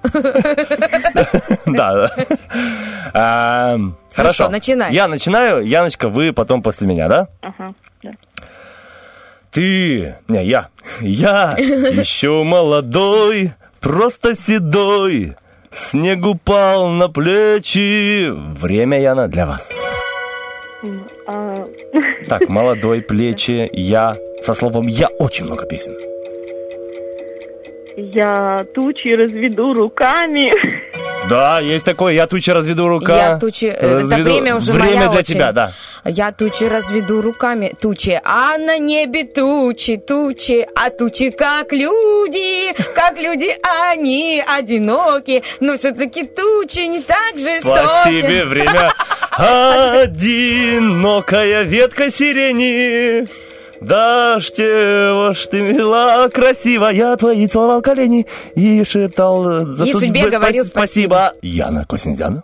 Да. А, Хорошо. начинай. Я начинаю, Яночка, вы потом после меня, да? Ага, да. Ты, не, я, я еще молодой, просто седой, снег упал на плечи, время, Яна, для вас. А, Так, молодой, плечи, я, со словом «я» очень много песен. я тучи разведу руками. Да, есть такое, я тучи разведу рука. Я тучи, это разведу- время уже Время моя для очень. тебя, да. Я тучи разведу руками, тучи, а на небе тучи, тучи, а тучи как люди, как люди, они одиноки, но все-таки тучи не так жестоки. Спасибо, время. Одинокая ветка сирени. Дождь, ж ты мила, красиво, я твои целовал колени и шептал за И судьбы судьбе говорил спа- спасибо. Яна Косинзяна.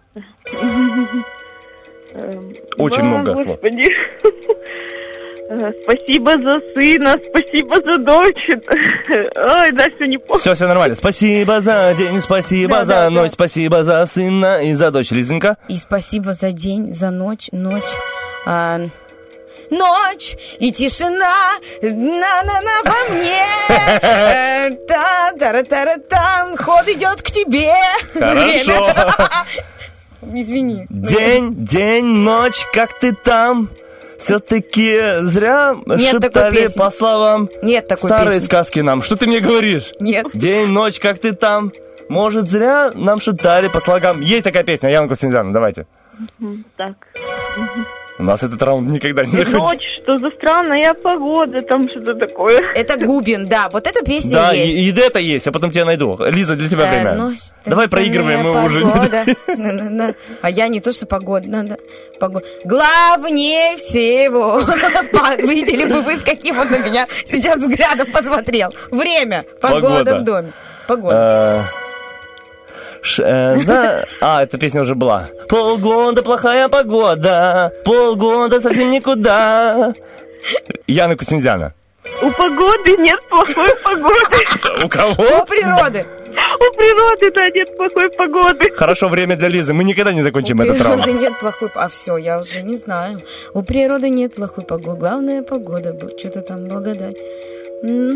Очень О, много слов. Господи. Э, Спасибо за сына, спасибо за дочь. Ой, дальше не помню. Все, все нормально. Спасибо за день, спасибо Да, за да, ночь, да. спасибо за сына и за дочь. Лизонька. И спасибо за день, за ночь, ночь. А, ночь и тишина на-на-на во мне. Э, та-та-ра-та-ра-там, ход идет к тебе. Хорошо. Извини. День, день, ночь, как ты там? Все-таки зря Нет шептали по словам. Нет такой старые песни. сказки нам. Что ты мне говоришь? Нет. День, ночь, как ты там? Может, зря нам шептали по слогам. Есть такая песня, Яна Кусинзяна, давайте. Так. У нас этот раунд никогда не закончится. Ночь, что за странная погода, там что-то такое. Это Губин, да, вот эта песня Да, есть. и, и это есть, я потом тебя найду. Лиза, для тебя Э, время. ночь, Давай темная проигрываем, мы уже... погода. На-на-на. А я не то, что погода, надо. Погода. Главнее всего. Видели бы вы, с каким он на меня сейчас взглядом посмотрел. Время. Погода Погода. в доме. Погода. Э, ш- э, да. А, эта песня уже была. Полгода плохая погода, полгода совсем никуда. Яна Кусинзяна. У погоды нет плохой погоды. У кого? У природы. У природы, да, нет плохой погоды. Хорошо, время для Лизы. Мы никогда не закончим У этот раунд. природы нет плохой... А все, я уже не знаю. У природы нет плохой погоды. Главная погода. Что-то там благодать. М.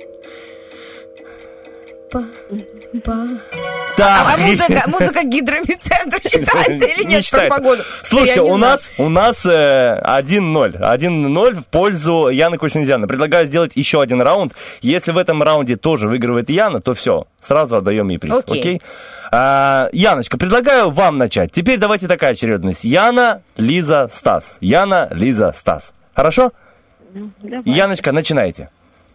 По... По... Так. А музыка, музыка гидромедцентра считается или Не нет про считается. погоду? Слушайте, Я не у знаю. нас, у нас э, один ноль. один ноль в пользу Яны Кусинзяна. Предлагаю сделать еще один раунд. Если в этом раунде тоже выигрывает Яна, то все, сразу отдаем ей приз. Окей. Окей? А, Яночка, предлагаю вам начать. Теперь давайте такая очередность. Яна, Лиза, Стас. Яна, Лиза, Стас. Хорошо? Давай. Яночка, начинайте.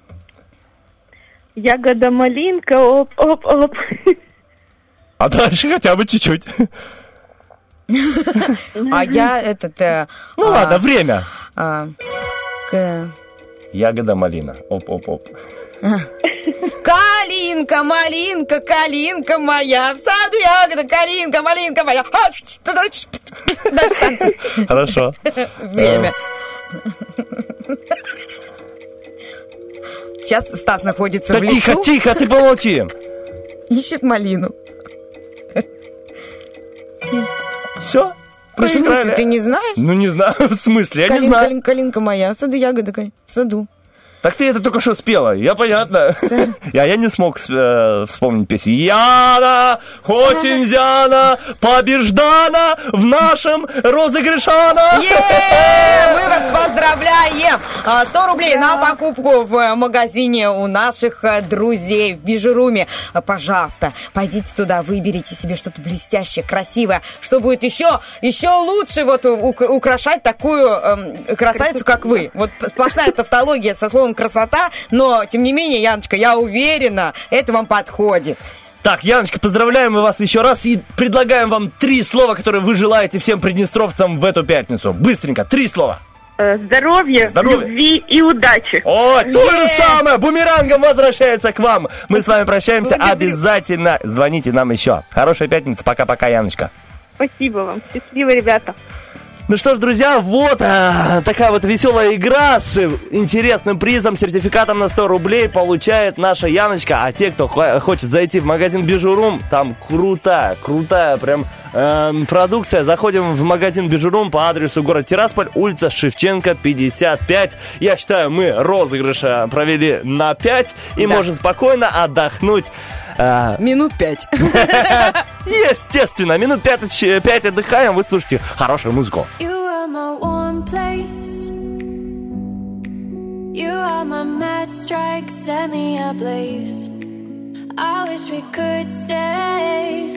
Ягода малинка, оп-оп-оп. А дальше хотя бы чуть-чуть. А я этот... э, Ну а, ладно, время. а, к- Ягода малина. Оп-оп-оп. Калинка, малинка, калинка моя, в саду ягода, калинка, малинка моя. А, Дальше танцы. Хорошо. Время. Сейчас Стас находится Да в тихо, лесу, тихо, ты помолчи. ищет малину. Все? Ну, в смысле, ты не знаешь? Ну, не знаю, в смысле, я не Калинка, знаю. калинка, калинка моя, в саду ягода, калинка, в саду. Так ты это только что спела, я понятно. Я, я не смог э, вспомнить песню. Яна Кусинзяна побеждана в нашем розыгрышана. Е-е-е! Мы вас поздравляем! А, сто рублей на покупку в магазине у наших э, друзей в Бижуруме. А, Пожалуйста, пойдите туда, выберите себе что-то блестящее, красивое, что будет еще, еще лучше вот ук- украшать такую эм, красавицу, как вы. Вот сплошная тавтология со словом красота, но, тем не менее, Яночка, я уверена, это вам подходит. Так, Яночка, поздравляем мы вас еще раз и предлагаем вам три слова, которые вы желаете всем приднестровцам в эту пятницу. Быстренько, три слова. Э, Здоровья, Здоровья. любви и удачи. О, то же самое! Бумерангом возвращается к вам. Мы с вами прощаемся. Обязательно звоните нам еще. Хорошая пятница. Пока-пока, Яночка. Спасибо вам. Счастливо, ребята. Ну что ж, друзья, вот а, такая вот веселая игра с интересным призом, сертификатом на сто рублей получает наша Яночка. А те, кто хо- хочет зайти в магазин Бижурум, там крутая, крутая прям эм, продукция. Заходим в магазин Бижурум по адресу город Тирасполь, улица Шевченко, пятьдесят пять. Я считаю, мы розыгрыш а, провели на пять и Да. можем спокойно отдохнуть. а, Минут пять. Естественно, минут пять, пять отдыхаем, вы слушаете хорошую музыку. You are my warm place. You are my match strike, set me ablaze. I wish we could stay,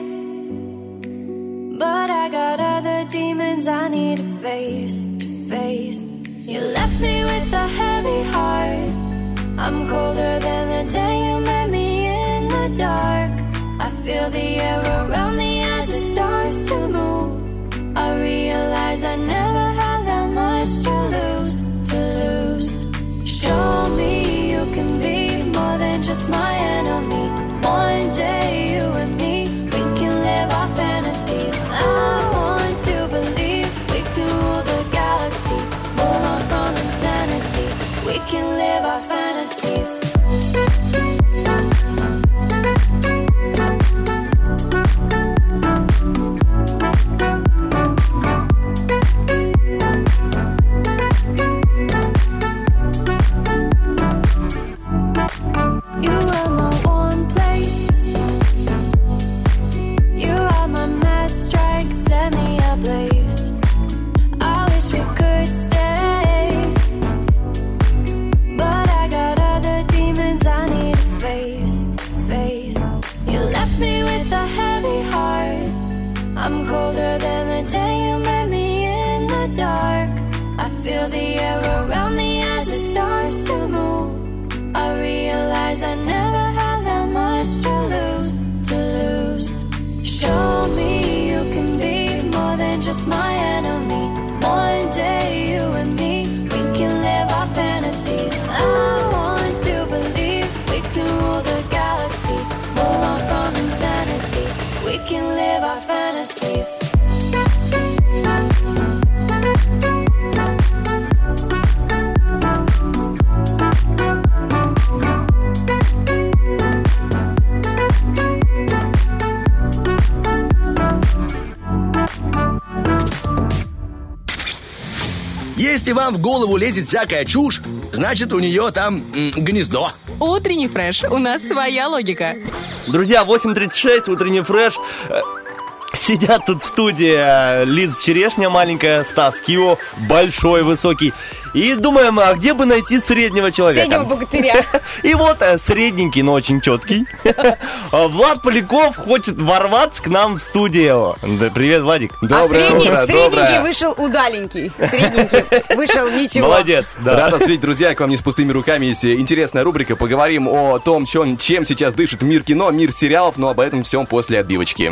but I got other demons I need to face, to face. You left me with a heavy heart. I'm colder than the day you met me in the dark. I feel the air around me as it starts to move. I realize I never had that much to lose, to lose. Show me you can be more than just my enemy. One day you and me, we can live our fantasies. I want to believe we can rule the galaxy. Move on from insanity. We can live our fantasies. Если вам в голову лезет всякая чушь, значит, у нее там м, гнездо. Утренний фреш. У нас своя логика. Друзья, восемь тридцать шесть, утренний фреш. Сидят тут в студии Лиза Черешня маленькая, Стас Кио большой, высокий. И думаем, а где бы найти среднего человека? Среднего богатыря. И вот средненький, но очень четкий Влад Поляков хочет ворваться к нам в студию. Да, привет, Владик. Доброе а утро. Средненький вышел удаленький. Средненький вышел ничего. Молодец. Да. Рад вас видеть, друзья, к вам не с пустыми руками. Есть интересная рубрика. Поговорим о том, чем, чем сейчас дышит мир кино, мир сериалов. Но об этом всем после отбивочки.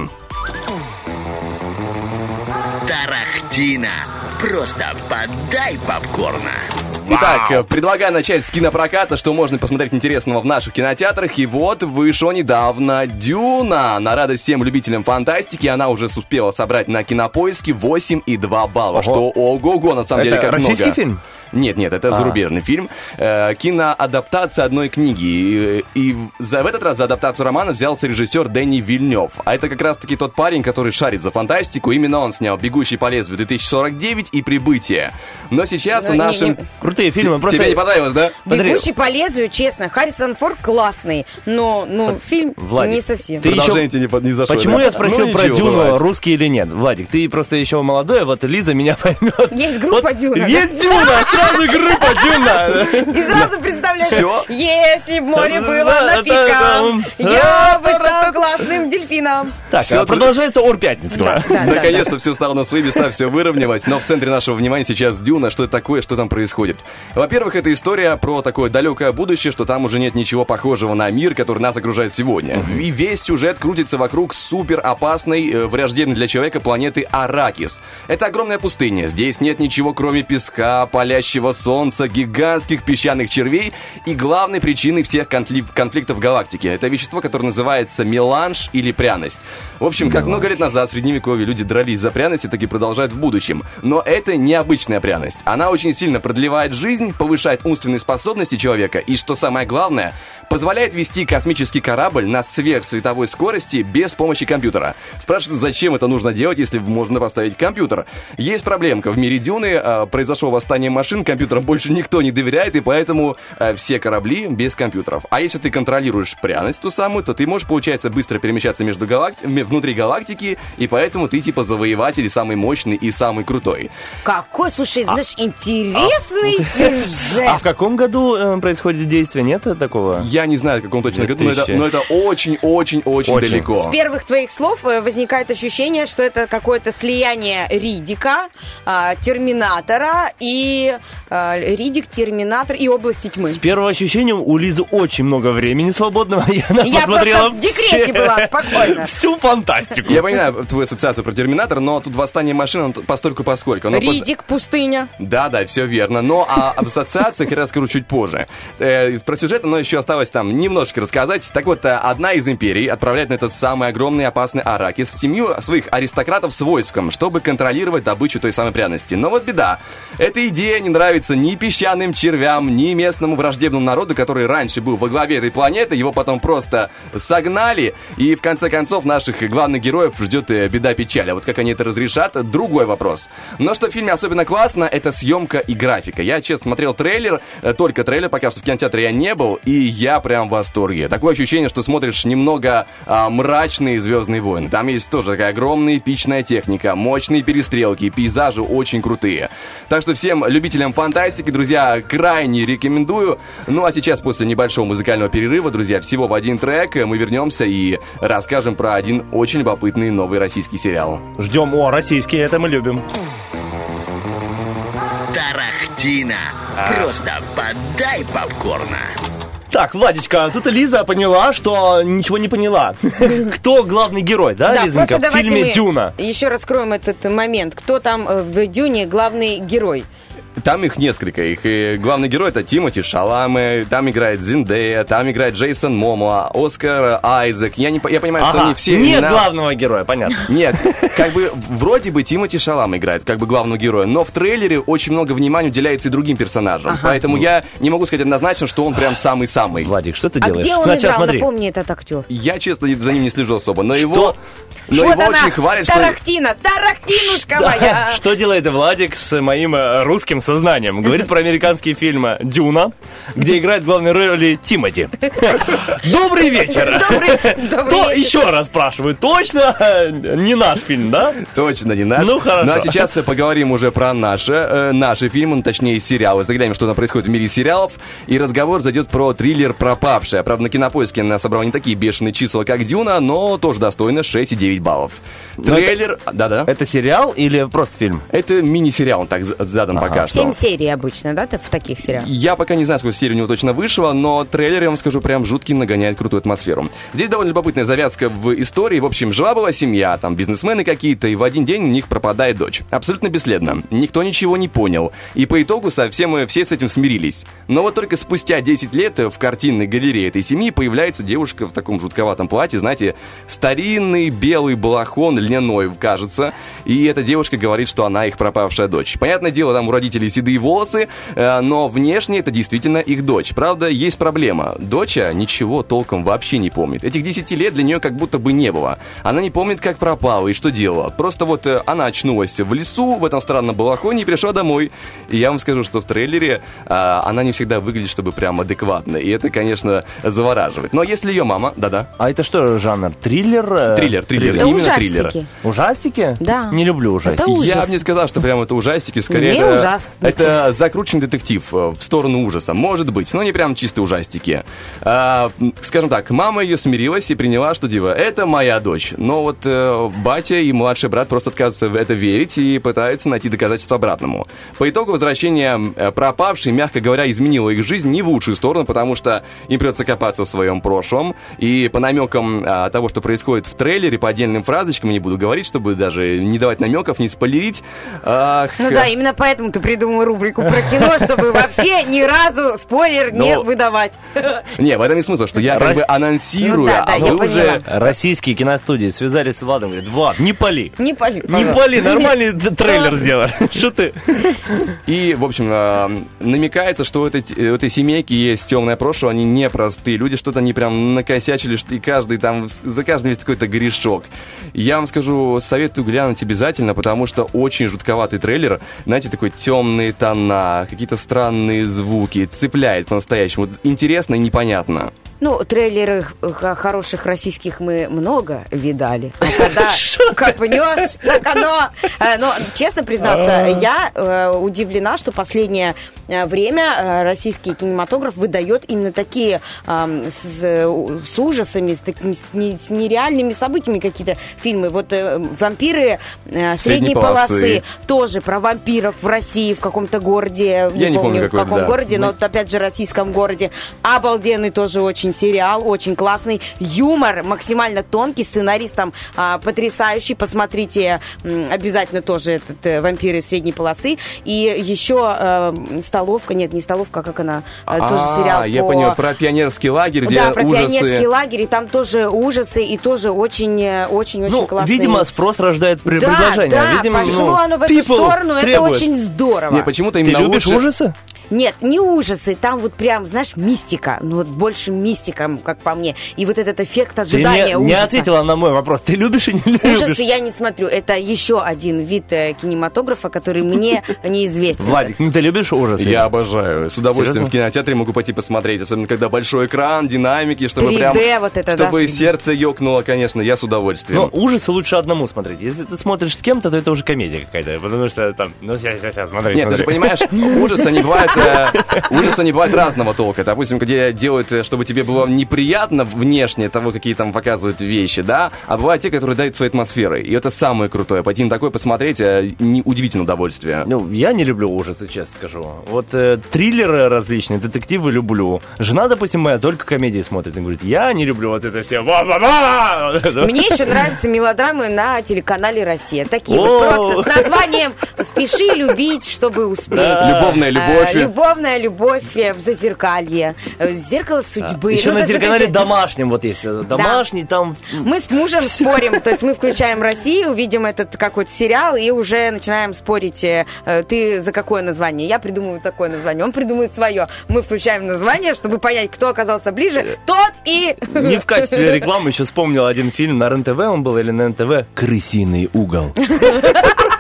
Тарахтина. Просто подай попкорна. Итак, предлагаю начать с кинопроката, что можно посмотреть интересного в наших кинотеатрах. И вот вышла недавно «Дюна». На радость всем любителям фантастики она уже успела собрать на Кинопоиске восемь и два балла. Ого. Что ого-го, на самом это деле, как много. Это российский фильм? Нет, нет, это а. зарубежный фильм. Э, киноадаптация одной книги. И, и за, в этот раз за адаптацию романа взялся режиссер Дэнни Вильнёв. А это как раз-таки тот парень, который шарит за фантастику. Именно он снял «Бегущий по лезвию» две тысячи сорок девять и «Прибытие». Но сейчас Но в нашем... Не, не... Крутые фильмы. Просто... Тебе не понравилось, да? «Бегущий по лезвию», честно, Харрисон Форд классный, но ну, фильм Владик, не совсем. Ты еще... не, не зашло, Почему да? я спросил ну, про ничего, «Дюну», бывает. Русский или нет? Владик, ты просто еще молодой, вот Лиза меня поймет. Есть группа вот «Дюна». Есть «Дюна», сразу группа «Дюна». И сразу представляешь, Все? если бы море было напитком, я бы стал классным дельфином. Так, Все, продолжается Ор Пятницкого. Да, да, Наконец-то да, все стало на свои места, все выровнялось. Но в центре нашего внимания сейчас «Дюна». Что это такое, что там происходит? Во-первых, это история про такое далекое будущее, что там уже нет ничего похожего на мир, который нас окружает сегодня. И весь сюжет крутится вокруг супер опасной, враждебной для человека планеты Аракис. Это огромная пустыня. Здесь нет ничего, кроме песка, палящего солнца, гигантских песчаных червей и главной причиной всех конфлик- конфликтов в галактике. Это вещество, которое называется меланж или пряность. В общем, как много лет назад в Средневековье люди дрались за пряность и таки продолжают в будущем. Но это необычная пряность. Она очень сильно продлевает жизнь, повышает умственные способности человека и, что самое главное, позволяет вести космический корабль на сверхсветовой скорости без помощи компьютера. Спрашивают, зачем это нужно делать, если можно поставить компьютер? Есть проблемка. В мире Дюны э, произошло восстание машин, компьютерам больше никто не доверяет, и поэтому э, все корабли без компьютеров. А если ты контролируешь пряность ту самую, то ты можешь, получается, быстро перемещаться между галакти... внутри галактики, и поэтому ты типа завоеватель, самый мощный и самый крутой. Какой, слушай, знаешь, а... интересный а... сюжет. А в каком году э, происходит действие? Нет такого? Я не знаю, в каком точно году, но это, но это очень-очень-очень далеко. С первых твоих слов возникает ощущение, что это какое-то слияние Риддика, э, Терминатора и э, Риддик, Терминатор и Области тьмы. С первого ощущения у Лизы очень много времени свободного. Я, Я просто в декрете все... была, спокойно. Всю фантастику. Я понимаю твою ассоциацию про Терминатор, но тут восстание машин постольку поскольку. Риддик, пос... пустыня. Да, да, все верно. Но а, об ассоциациях я расскажу чуть позже. Э, про сюжет, но еще осталось там немножечко рассказать. Так вот, одна из империй отправляет на этот самый огромный опасный Аракис семью своих аристократов с войском, чтобы контролировать добычу той самой пряности. Но вот беда. Эта идея не нравится ни песчаным червям, ни местному враждебному народу, который раньше был во главе этой планеты. Его потом просто согнали. И в конце концов наших главных героев ждет беда-печаль. А вот как они это разрешат, другой вопрос. Но что в фильме особенно классно, это съемка и графика. Я, честно, смотрел трейлер, только трейлер, пока что в кинотеатре я не был, и я прям в восторге. Такое ощущение, что смотришь немного а, мрачные «Звездные войны». Там есть тоже такая огромная эпичная техника, мощные перестрелки, пейзажи очень крутые. Так что всем любителям фантастики, друзья, крайне рекомендую. Ну а сейчас, после небольшого музыкального перерыва, друзья, всего в один трек, мы вернемся и расскажем про один очень любопытный новый российский сериал. Ждем. О, российский, это мы любим. Тарахтина. Просто подай попкорна. Так, Владечка, тут Лиза поняла, что ничего не поняла. Кто главный герой, да, да, Лизонька, в фильме «Дюна»? Еще раскроем этот момент. Кто там в «Дюне» главный герой? Там их несколько. Их и главный герой — это Тимоти Шаламе, там играет Зендея, там играет Джейсон Момоа, Оскар Айзек. Я, не, я понимаю, ага, что не все нет имена... главного героя, понятно. Нет, как бы вроде бы Тимоти Шаламе играет как бы главного героя, но в трейлере очень много внимания уделяется и другим персонажам. Ага. Поэтому я не могу сказать однозначно, что он прям самый-самый. Владик, что ты а делаешь? А где он Сначала играл? смотри. Напомни, этот актер. Я, честно, за ним не слежу особо, но что? его... Но вот его она, очень хвалят, Тарахтина, что... Тарахтинушка моя! Что делает Владик с моим русским, с сознанием. Говорит про американские фильмы «Дюна», где играет в главной роли Тимати. Добрый вечер. То еще раз спрашиваю, точно не наш фильм, да? Точно не наш. Ну, хорошо. Ну, а сейчас поговорим уже про наши, э, наши фильмы, ну, точнее, сериалы. Заглянем, что там происходит в мире сериалов. И разговор зайдет про триллер «Пропавшая». Правда, на Кинопоиске она собрала не такие бешеные числа, как «Дюна», но тоже достойно шесть и девять баллов. Трейлер... Это, Да-да. Это сериал или просто фильм? Это мини-сериал, он так задан ага. пока что. Семь серий обычно, да, в таких сериалах? Я пока не знаю, сколько серий у него точно вышло, но трейлер, я вам скажу, прям жуткий, нагоняет крутую атмосферу. Здесь довольно любопытная завязка в истории. В общем, жила-была семья, там бизнесмены какие-то, и в один день у них пропадает дочь. Абсолютно бесследно. Никто ничего не понял. И по итогу совсем мы все с этим смирились. Но вот только спустя десять лет в картинной галерее этой семьи появляется девушка в таком жутковатом платье, знаете, старинный белый балахон, льняной, кажется. И эта девушка говорит, что она их пропавшая дочь. Понятное дело, там у родителей седые волосы, но внешне это действительно их дочь. Правда, есть проблема. Дочь ничего толком вообще не помнит. Этих десяти лет для нее как будто бы не было. Она не помнит, как пропала и что делала. Просто вот она очнулась в лесу, в этом странном балахоне и пришла домой. И я вам скажу, что в трейлере а, она не всегда выглядит, чтобы прям адекватно. И это, конечно, завораживает. Но если ее мама... Да-да. А это что жанр? Триллер? Триллер, триллер. Это Именно ужастики. триллер. Ужастики? Да. Не люблю ужастики. Это ужас. Я бы не сказал, что прям это ужастики. Скорее, Не это, ужас. это закрученный детектив в сторону ужаса. Может быть, но не прям чистые ужастики. А, скажем так, мама ее смирилась и приняла, что, дива, это моя дочь. Но вот э, батя и младший брат просто отказываются в это верить и пытаются найти доказательства обратному. По итогу возвращение э, пропавшей, мягко говоря, изменило их жизнь не в лучшую сторону, потому что им придется копаться в своем прошлом. И по намекам э, того, что происходит в трейлере, по отдельным фразочкам, не буду говорить, чтобы даже не давать намеков, не спойлерить. Ах... Ну да, именно поэтому ты придумал рубрику про кино, чтобы вообще ни разу спойлер не Но... выдавать. Не, в этом и смысл, что я как бы анонсирую, Ну да, да, а я вы уже... Российские киностудии связались с Владом, говорят, Влад, не пали. Не пали, Не пали, нормальный трейлер сделали. Что ты? И, в общем, э, намекается, что у этой, у этой семейки есть темное прошлое, они непростые люди, что-то они прям накосячили, и каждый там, за каждым есть какой-то грешок. Я вам скажу, советую глянуть обязательно, потому что очень жутковатый трейлер, знаете, такой темные тона, какие-то странные звуки, цепляет по-настоящему. Интересно и непонятно. Ну, трейлеры хороших российских мы много видали. А когда копнешь, так оно... Но, честно признаться, я э, удивлена, что последнее время э, российский кинематограф выдает именно такие э, с, с ужасами, с, такими, с, не, с нереальными событиями какие-то фильмы. Вот э, «Вампиры э, средней полосы». полосы тоже про вампиров в России, в каком-то городе. Не, я не помню, помню в каком да. городе, но вот, опять же, российском городе. Обалденный тоже очень сериал, очень классный. Юмор максимально тонкий, сценарист там а, потрясающий. Посмотрите м, обязательно тоже этот э, «Вампиры средней полосы». И еще э, «Столовка», нет, не «Столовка», как она, э, тоже сериал я по... понял, про пионерский лагерь, где да, про ужасы. пионерский лагерь, и там тоже ужасы, и тоже очень-очень-очень ну, классный. видимо, спрос рождает да, предложение. Да, видимо, пошло ну, оно в эту сторону, требует. это очень здорово. Не, почему-то именно Ты любишь лучше... ужасы? Нет, не ужасы, там вот прям, знаешь, мистика. Ну вот больше мистика, как по мне. И вот этот эффект ожидания Ты не, ужаса. не ответила на мой вопрос. Ты любишь и не любишь? Ужасы я не смотрю. Это еще один вид э, кинематографа, который мне неизвестен. Владик, ну ты любишь ужасы? Я обожаю. С удовольствием Серьезно? в кинотеатре могу пойти посмотреть. Особенно, когда большой экран, динамики, чтобы три дэ прям... вот это, чтобы да, сердце ёкнуло, конечно, я с удовольствием. Но ужасы лучше одному смотреть. Если ты смотришь с кем-то, то это уже комедия какая-то. Потому что там... Ну, сейчас, сейчас, сейчас, смотри, Нет, смотри. ты же понимаешь, ужасы не бывает... Ужасы не бывает разного толка. Допустим, где делают, чтобы тебе было неприятно внешне того, какие там показывают вещи, да, а бывают те, которые дают своей атмосферой. И это самое крутое. Пойти на такое посмотреть, не, удивительное удовольствие. Ну, я не люблю ужасы, честно скажу. Вот э, триллеры различные, детективы люблю. Жена, допустим, моя только комедии смотрит и говорит, я не люблю вот это все. Мне еще нравятся мелодрамы на телеканале «Россия». Такие вот просто с названием «Спеши любить, чтобы успеть». Любовная любовь. Любовная любовь в Зазеркалье. Зеркало судьбы. Еще ну, на телеканале эти... «Домашнем» вот есть. Домашний да. там... Мы с мужем спорим. То есть мы включаем «Россию», видим этот какой-то сериал и уже начинаем спорить. Ты за какое название? Я придумываю такое название. Он придумывает свое. Мы включаем название, чтобы понять, кто оказался ближе, тот и... Не в качестве рекламы еще вспомнил один фильм на РЕН-ТВ, он был или на эн тэ вэ «Крысиный угол».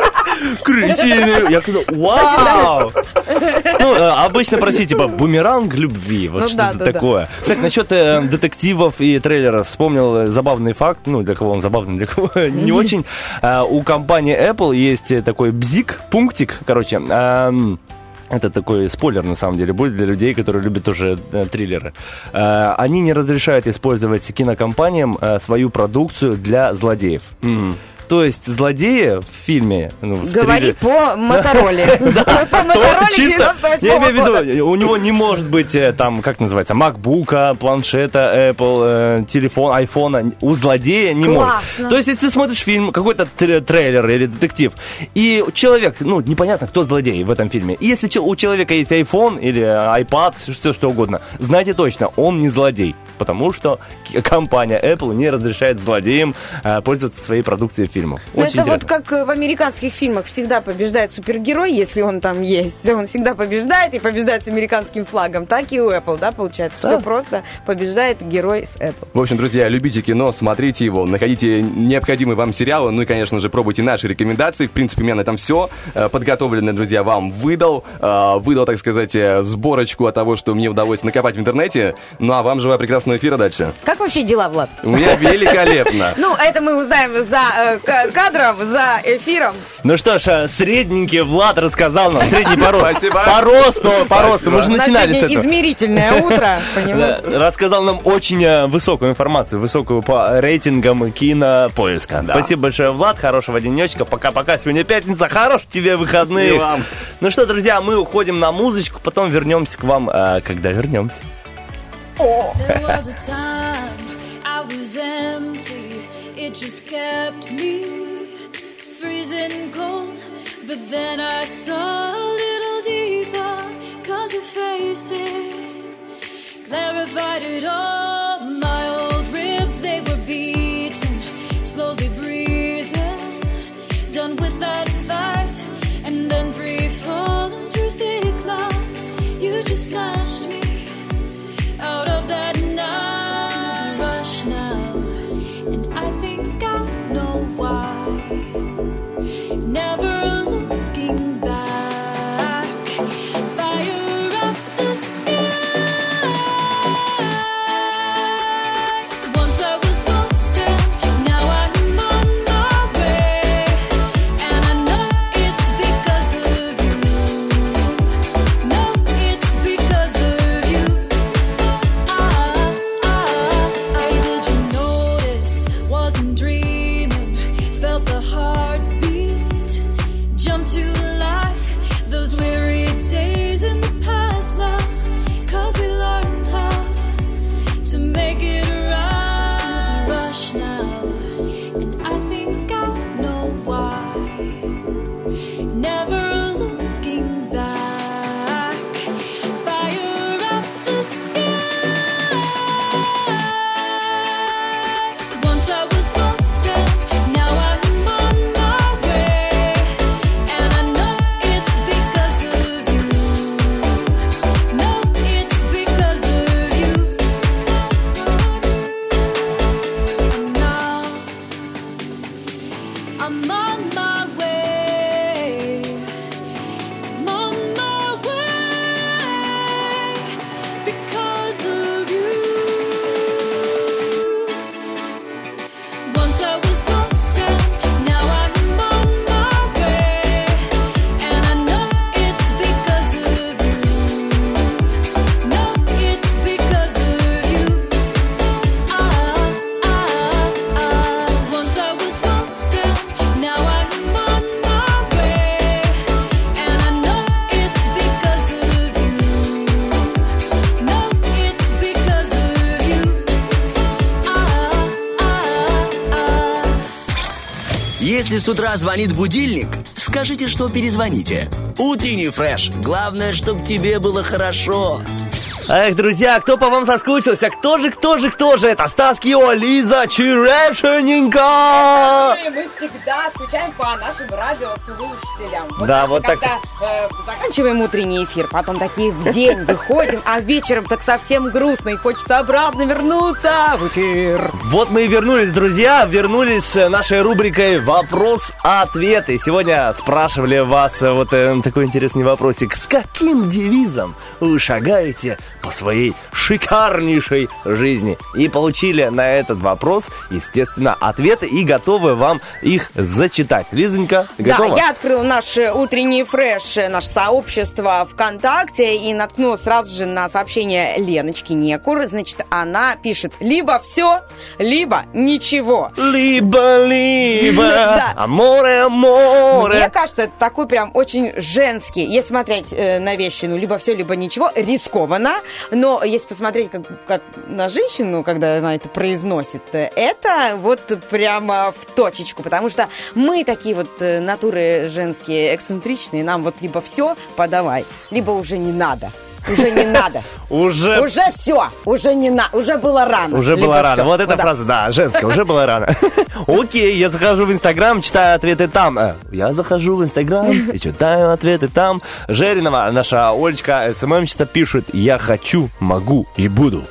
Крысиный. Я говорю, вау. Ну, обычно просить, типа, бумеранг любви. Вот Ну что-то да, да, такое. Кстати, насчет э, детективов и трейлеров вспомнил забавный факт. Ну, для кого он забавный, для кого не очень. Э, у компании Apple есть такой бзик, пунктик, короче, эм, это такой спойлер, на самом деле, будет для людей, которые любят тоже э, триллеры. Э, они не разрешают использовать кинокомпаниям э, свою продукцию для злодеев. Mm-hmm. То есть злодеи в фильме... Ну, в Говори триллере... по Мотороле. По Мотороле девяносто восьмого года. Я имею в виду, у него не может быть, там, как называется, макбука, планшета, Apple, телефон, айфона. У злодея не может. То есть, если ты смотришь фильм, какой-то трейлер или детектив, и человек, ну, непонятно, кто злодей в этом фильме. И если у человека есть iPhone или iPad, все что угодно, знайте точно, он не злодей. Потому что компания Apple не разрешает злодеям пользоваться своей продукцией в фильме. Ну, это вот как в американских фильмах всегда побеждает супергерой, если он там есть. Он всегда побеждает и побеждает с американским флагом. Так и у Apple, да, получается? Да. Все просто побеждает герой с Apple. В общем, друзья, любите кино, смотрите его, находите необходимые вам сериалы, ну и, конечно же, пробуйте наши рекомендации. В принципе, у меня на этом все. Подготовленное, друзья, вам выдал. Выдал, так сказать, сборочку от того, что мне удалось накопать в интернете. Ну, а вам желаю прекрасного эфира дальше. Как вообще дела, Влад? У меня великолепно. Ну, это мы узнаем за кадром, за эфиром. Ну что ж, средненький Влад рассказал нам, средний по росту. Спасибо. По росту, по росту. Мы же начинали с этого. Измерительное утро, понимаешь? Рассказал нам очень высокую информацию, высокую по рейтингам кинопоиска. Да. Спасибо большое, Влад, хорошего денечка. Пока-пока. Сегодня пятница, хороших тебе выходных. И вам. Ну что, друзья, мы уходим на музычку, потом вернемся к вам, когда вернемся. There was a time I was empty, it just kept me freezing cold. But then I saw a little deeper, cause your faces clarified it all. My old ribs, they were beaten, slowly breathing, done with that fight, and then free falling through thick clouds. You just snatched me out of that night. Rush now, and I think I know why. Never looking back. Fire up the sky. Once I was lost and now I'm on my way. And I know it's because of you. No, it's because of you. Did you notice? Wasn't dreaming. Felt the heartbeat jump to life. Those weary days in the past now. Cause we learned how to make it right. Rush now, and I think I know why. Never looking back. Fire up the sky. Once I was lost and now I'm on my way. And I know it's because of you. No, it's because of you. Now I'm on my way. I'm on my way because of you. Once I was lost and now I'm on my way. And I know it's because of you. No, it's because of you. Ah, ah, ah. Once I was lost and now I'm on my way. And I know it's because of you. No, it's because of you. Ah, ah, ah. Если с утра звонит будильник, скажите, что перезвоните. Утренний фреш. Главное, чтобы тебе было хорошо. Эх, друзья, кто по вам соскучился? Кто же, кто же, кто же? Это Стас Кио, Лиза Черешененька! Мы всегда скучаем по нашим радиослушателям. Вот да, даже вот когда, так. Э, заканчиваем утренний эфир, потом такие в день выходим, а вечером так совсем грустно и хочется обратно вернуться в эфир. Вот мы и вернулись, друзья, вернулись с нашей рубрикой «Вопрос-ответ». И сегодня спрашивали вас вот э, такой интересный вопросик. С каким девизом вы шагаете по своей шикарнейшей жизни? И получили на этот вопрос, естественно, ответы и готовы вам их зачитать. Лизонька, ты готова? Да, я открыла наш утренний фреш, наше сообщество ВКонтакте и наткнулась сразу же на сообщение Леночки Некур. Значит, она пишет: либо все, либо ничего. Либо-либо, да. аморе, аморе. Мне кажется, это такой прям очень женский. Если смотреть э, на вещи, ну, либо все, либо ничего, рискованно. Но если посмотреть как, как на женщину, когда она это произносит, это вот прямо в точечку. Потому что мы такие вот э, натуры женские, эксцентричные. Нам вот либо все подавай, либо уже не надо. Уже не надо. Уже... Уже все. Уже не на... Уже было рано. Уже Либо было рано. все. Вот эта вот фраза, да, женская. Уже было рано. Окей, я захожу в Инстаграм, читаю ответы там. Я захожу в Инстаграм и читаю ответы там. Жеринова, наша Олечка, СММщица, пишет: я хочу, могу и буду.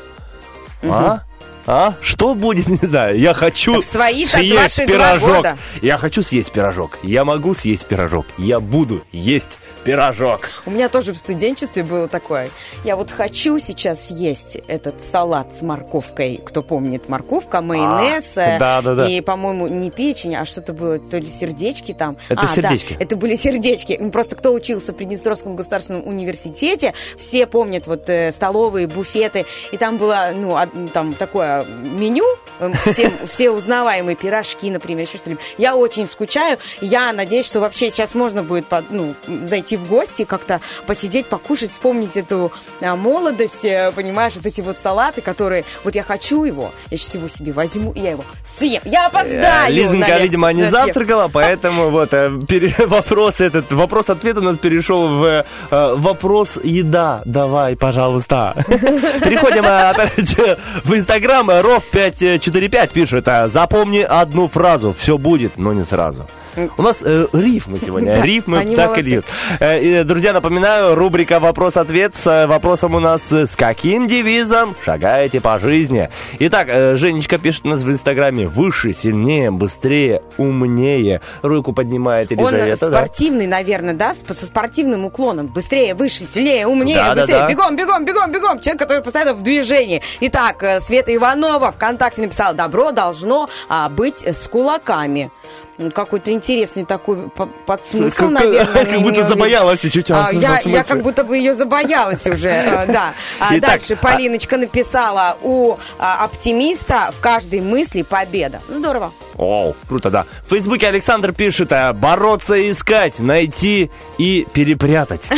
А? А? Что будет, не знаю. Я хочу съесть пирожок. Года. Я хочу съесть пирожок. Я могу съесть пирожок. Я буду есть пирожок. У меня тоже в студенчестве было такое. Я вот хочу сейчас съесть этот салат с морковкой. Кто помнит, морковка, майонез. А, да, да, да. И, по-моему, не печень, а что-то было, то ли сердечки там. Это а, сердечки. Да, это были сердечки. Просто кто учился в Приднестровском государственном университете, все помнят вот э, столовые, буфеты. И там было, ну, од, там такое меню, все, все узнаваемые пирожки, например, еще что-либо. Я очень скучаю. Я надеюсь, что вообще сейчас можно будет, ну, зайти в гости, как-то посидеть, покушать, вспомнить эту а, молодость, понимаешь, вот эти вот салаты, которые... Вот я хочу его, я сейчас его себе возьму, и я его съем. Я опоздаю! Лизонька, видимо, не завтракала, поэтому вот вопрос этот, вопрос-ответ у нас перешел в вопрос еда. Давай, пожалуйста. Переходим опять в Инстаграм. Ров пять четыре пять пишет: запомни одну фразу, все будет, но не сразу. У нас э, рифмы сегодня, да, рифмы так и льют. Э, друзья, напоминаю, рубрика «Вопрос-ответ». С вопросом у нас: с каким девизом шагаете по жизни? Итак, э, Женечка пишет у нас в Инстаграме: выше, сильнее, быстрее, умнее. Руку поднимает Елизавета. Он спортивный, да? Наверное, да? Со спортивным уклоном. Быстрее, выше, сильнее, умнее, да, быстрее. Да, да. Бегом, бегом, бегом, бегом. Человек, который постоянно в движении. Итак, Света Иванова ВКонтакте написала: добро должно а, быть с кулаками. Какой-то интересный такой подсмысл, как, наверное. Как будто забоялась чуть-чуть. А, я, я как будто бы ее забоялась уже, да. Дальше Полиночка написала: у оптимиста в каждой мысли победа. Здорово. О, круто, да. В Фейсбуке Александр пишет: бороться и искать, найти и перепрятать.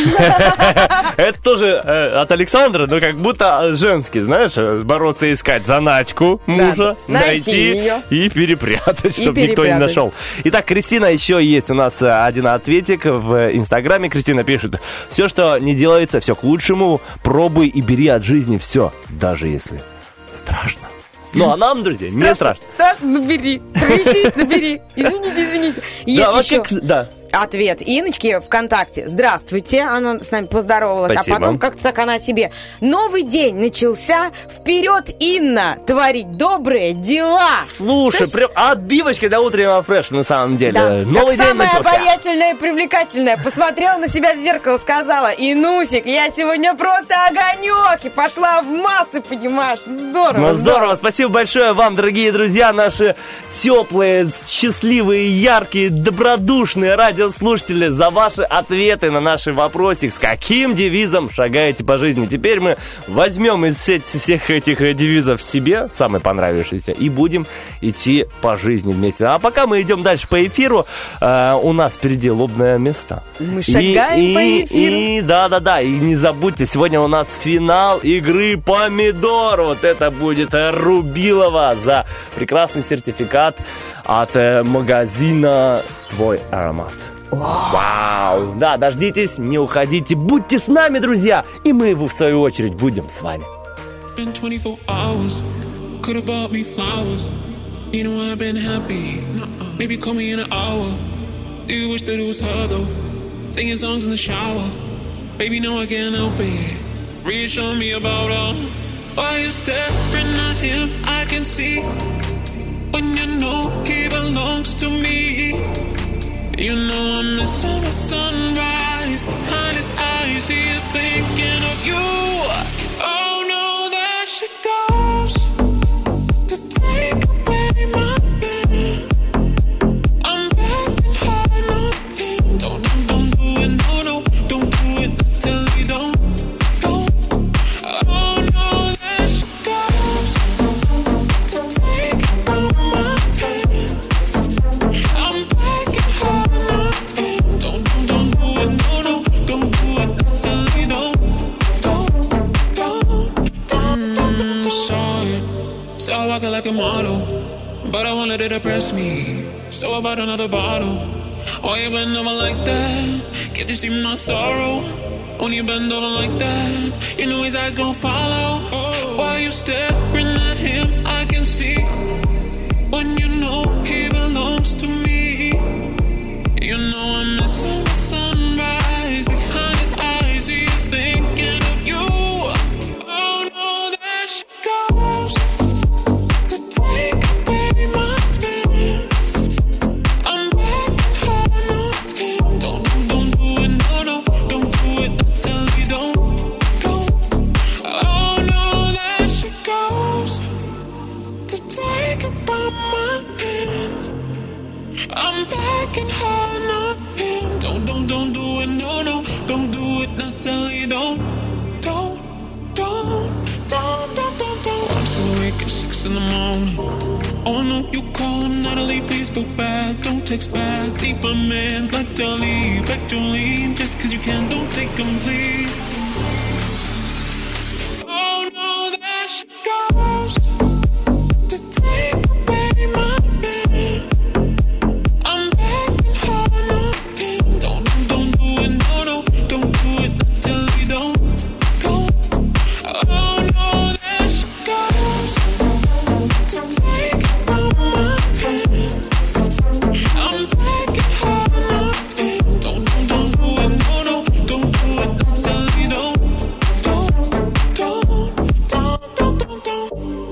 Это тоже отАлександра, но как будто женский, знаешь, бороться и искать заначку мужа, найти и перепрятать, чтобы никто не нашел. Итак, Кристина, еще есть у нас один ответик в Инстаграме. Кристина пишет: все, что не делается, все к лучшему. Пробуй и бери от жизни все, даже если страшно. Ну, а нам, друзья, страшно, не страшно. Страшно, ну бери. Трясись, ну бери. Извините, извините. Есть да, еще... вот как... да. Ответ Иночки ВКонтакте: здравствуйте, она с нами поздоровалась. Спасибо. А потом как-то так она себе: новый день начался, вперед, Инна, творить добрые дела. Слушай, прям отбивочка для утреннего фреша, на самом деле. Да. Новый как день самая начался. обаятельная и привлекательная посмотрела на себя в зеркало, сказала: Инусик, я сегодня просто огонек, и пошла в массы, понимаешь. Здорово, ну, здорово. здорово. Спасибо большое вам, дорогие друзья, наши теплые, счастливые, яркие, добродушные радио слушатели, за ваши ответы на наши вопросик: с каким девизом шагаете по жизни. Теперь мы возьмем из всех этих девизов себе самый понравившийся и будем идти по жизни вместе. А пока мы идем дальше по эфиру, э, у нас впереди лобное место. Мы шагаем и, по эфиру. И да-да-да, и не забудьте, сегодня у нас финал игры «Помидор». Вот это будет Рубилова за прекрасный сертификат от э, магазина «Твой аромат». Вау! Да, дождитесь, не уходите, будьте с нами, друзья, и мы, в свою очередь, будем с вами. Been twenty-four hours, could have bought me flowers. You know I've been happy, nuh-uh. Maybe call me in an hour. Do you wish that it was her though? Singing songs in the shower. Baby, no, I can't help it. Reassure me about her. While you're staring at him, I can see. When you know he belongs to me. You know I'm missing the sunrise. Behind his eyes, he is thinking of you. Oh no, there she goes to take away my pain. I'm begging her not him. Don't, don't, don't do it, no, no. Don't do it, not till you don't, don't. Oh no, there she goes to take away my pain. I'm begging her not him. Don't, don't, don't do it, no, no. Don't do it, not till you don't, don't, don't, don't, don't, don't. Saw it, saw walking like a model, but I won't let it depress me. So I bought another bottle. Why you bend over like that? Can't you see my sorrow? When you bend over like that, you know his eyes gon' follow. While you staring at him, I can see. When you know he belongs to me. You know I'm missing the sunrise. Behind his eyes, he's thinking of you. Oh no, there she goes to take away my pain. I'm begging her not him. Don't, don't, don't do it, no, no. Don't do it, not till you don't, don't. Oh no, there she goes to take it from my hands. I'm begging her not him. Don't, don't, don't do it, no, no. Don't do it, not till you don't, don't, don't, don't, don't, don't, don't. I'm still awake at six in the morning. Oh no, you call Natalie, please feel bad. Don't text back, leave my man, like Dolly, back Jolene. Just cause you can, don't take him, please. Oh no, there she goes to take away my pain. I'm begging her not him. Don't, don't, don't do it, no, no. Don't do it, not till you don't, don't. Oh no, there she goes to take it from my hands. I'm begging her not him. Don't, don't, don't do it, no, no. Don't do it, not till you don't, don't, don't, don't, don't, don't, don't.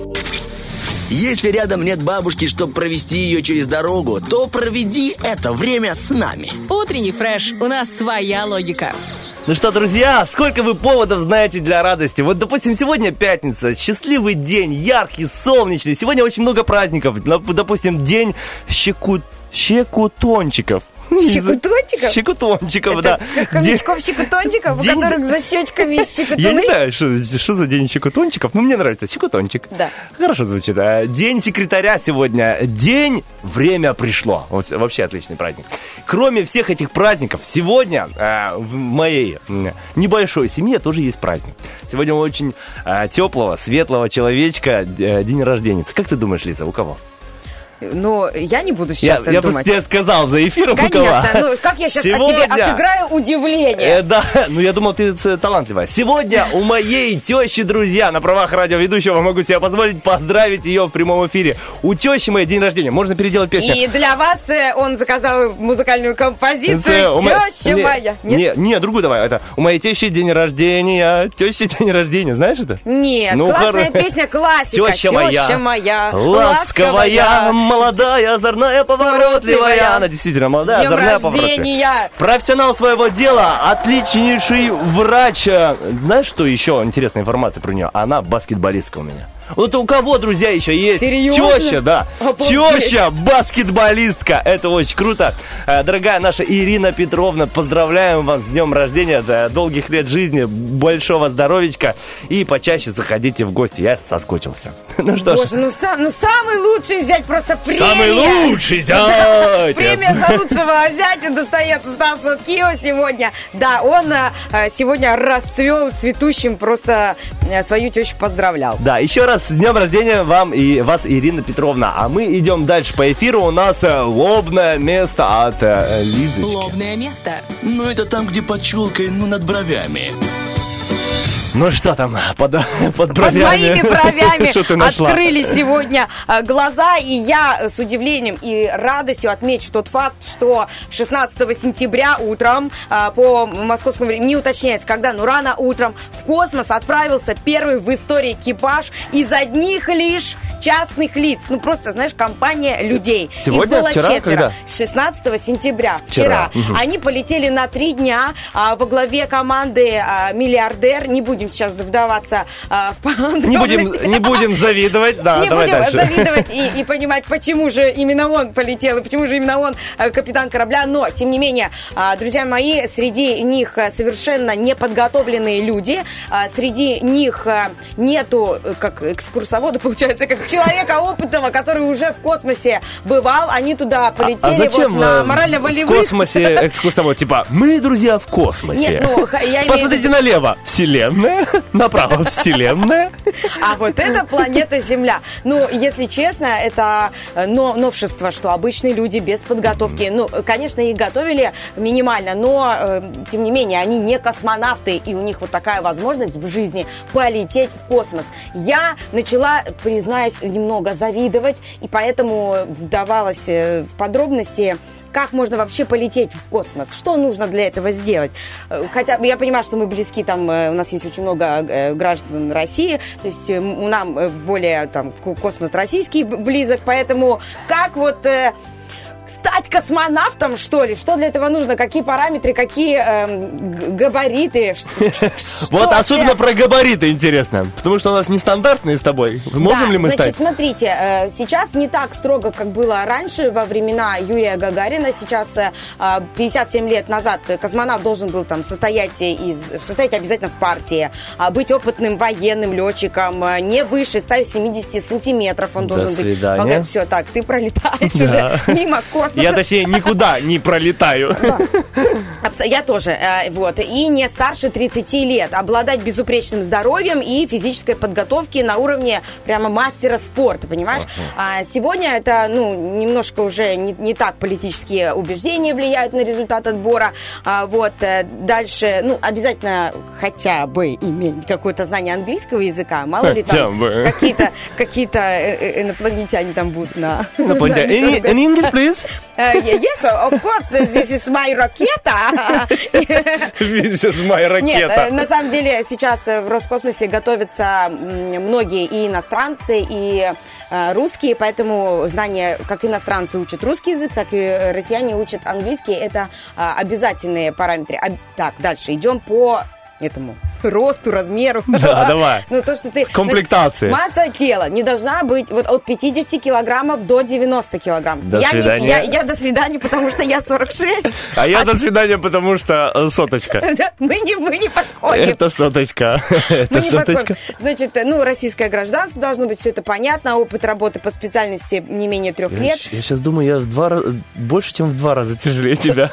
Если рядом нет бабушки, чтобы провести ее через дорогу, то проведи это время с нами. Утренний фреш. У нас своя логика. Ну что, друзья, сколько вы поводов знаете для радости? Вот, допустим, сегодня пятница, счастливый день, яркий, солнечный. Сегодня очень много праздников. Допустим, день щеку... щекутончиков. Щекутончиков? Щекутончиков, Это да. как хомячков-щекутончиков, у День- которых за щечками есть щекутуны? Я не знаю, что, что за день щекутончиков, но мне нравится щекутончик. Да. Хорошо звучит. А, День секретаря сегодня. День «Время пришло». Вот, вообще отличный праздник. Кроме всех этих праздников, сегодня а, в моей м, небольшой семье тоже есть праздник. Сегодня у очень а, теплого, светлого человечка э, день рождения. Как ты думаешь, Лиза, у кого? Ну, я не буду Я, сейчас я просто думать. тебе сказал за эфиром, у кого. Конечно, ну как я сейчас от Сегодня- тебе отыграю удивление? Э, да, ну я думал, ты ц- талантливая. Сегодня у моей тещи, друзья, на правах радиоведущего могу себе позволить поздравить ее в прямом эфире. У тещи моей день рождения. Можно переделать песню. И для вас э, он заказал музыкальную композицию Это у мо- «Теща не, моя». Не, не, другую давай. Это у моей тещи день рождения. Теща день рождения. Знаешь это? Нет, Ну, классная хоро- песня, классика. Теща моя, «Теща моя, ласковая, молодая, озорная, поворотливая. Она действительно молодая, С днем озорная, поворотливая. рождения! Профессионал своего дела, отличнейший врач. Знаешь, что еще интересная информация про нее? Она баскетболистка у меня. Вот у кого, друзья, еще есть Серьезно? теща, да. Обалдеть. Теща, баскетболистка. Это очень круто. Э, Дорогая наша Ирина Петровна, поздравляем вас с днем рождения. Да, долгих лет жизни, большого здоровичка. И почаще заходите в гости. Я соскучился. Ну что ж. Боже, ну, сам, ну самый лучший зять, просто премия. Самый лучший зять! Да, премия за лучшего зятя достается Стасу Кио сегодня. Да, он э, сегодня расцвел цветущим, просто э, свою тещу поздравлял. Да, еще раз с днем рождения вам и вас, Ирина Петровна. А мы идем дальше по эфиру. У нас э, лобное место от э, Лизочки. Лобное место. Ну, это там, где под челкой, ну, над бровями. Ну что там, под, под Под бровями? моими бровями Что ты нашла? открылись сегодня а, глаза, и я с удивлением и радостью отмечу тот факт, что шестнадцатого сентября утром а, по московскому времени, не уточняется когда, но рано утром в космос отправился первый в истории экипаж из одних лишь частных лиц. Ну просто, знаешь, компания людей. Сегодня, Их было вчера, четверо. когда? шестнадцатого сентября, вчера. Вчера. Угу. Они полетели на три дня а, во главе команды а, «Миллиардер». Не будем сейчас вдаваться а, в подробности. Не будем, не будем завидовать. Да, Не давай будем дальше. завидовать и, и понимать, почему же именно он полетел, и почему же именно он а, капитан корабля. Но, тем не менее, а, друзья мои, среди них а, совершенно неподготовленные люди. А, среди них а, нету, как экскурсовода, получается, как человека опытного, который уже в космосе бывал. Они туда полетели а, а зачем вот на э, морально-волевых... в космосе экскурсовод? Типа, мы, друзья, в космосе. Нет, ну, я имею в Посмотрите виду- налево. Вселенная. Направо. Вселенная. А вот это планета Земля. Ну, если честно, это э, но, новшество, что обычные люди без подготовки. Ну, конечно, их готовили минимально, но, э, тем не менее, они не космонавты, и у них вот такая возможность в жизни полететь в космос. Я начала, признаюсь, немного завидовать, и поэтому вдавалась э, в подробности, как можно вообще полететь в космос? Что нужно для этого сделать? Хотя я понимаю, что мы близки, там у нас есть очень много граждан России, то есть нам более там космос российский близок, поэтому как вот... стать космонавтом, что ли? Что для этого нужно? Какие параметры, какие э, габариты? Вот особенно про габариты интересно, потому что у нас нестандартные с тобой. Можем да, ли мы значит, стать? смотрите, э, сейчас не так строго, как было раньше, во времена Юрия Гагарина. Сейчас э, пятьдесят семь лет назад космонавт должен был там состоять, из, состоять обязательно в партии, э, быть опытным военным летчиком, э, не выше ста семидесяти сантиметров он До должен свидания. быть. Все, так, ты пролетаешь Да. уже мимо космоса. Я, точнее, никуда не пролетаю. Абс- Я тоже, э, вот. И не старше тридцати лет. Обладать безупречным здоровьем и физической подготовки на уровне прямо мастера спорта, понимаешь? А сегодня это, ну, немножко уже не, не так политические убеждения влияют на результат отбора. А, вот. э, Дальше, ну, обязательно хотя бы иметь какое-то знание английского языка. Мало ли Хотя там бы. какие-то, какие-то э, э, инопланетяне там будут на... Инопланетяне. на- In, in English, please? Uh, yes, of course, this is my ракета. This is my ракета. Нет, э, на самом деле сейчас э, в Роскосмосе готовятся м, многие и иностранцы, и э, русские, поэтому знания, как иностранцы учат русский язык, так и россияне учат английский. Это а, обязательные параметры. А, так, дальше идем по этому росту, размеру. Да, давай. Ну, то, что ты... Комплектации. Значит, масса тела не должна быть вот от пятидесяти килограммов до девяноста килограмм. До я свидания. Не, я, я до свидания, потому что я сорок шесть. А я до свидания, потому что э, соточка. Мы не, мы не подходим. Это соточка. Мы Это не соточка. подходим. Значит, ну, российское гражданство должно быть, все это понятно. Опыт работы по специальности не менее трех Я, лет. я сейчас думаю, я в два раза, больше, чем в два раза тяжелее тебя.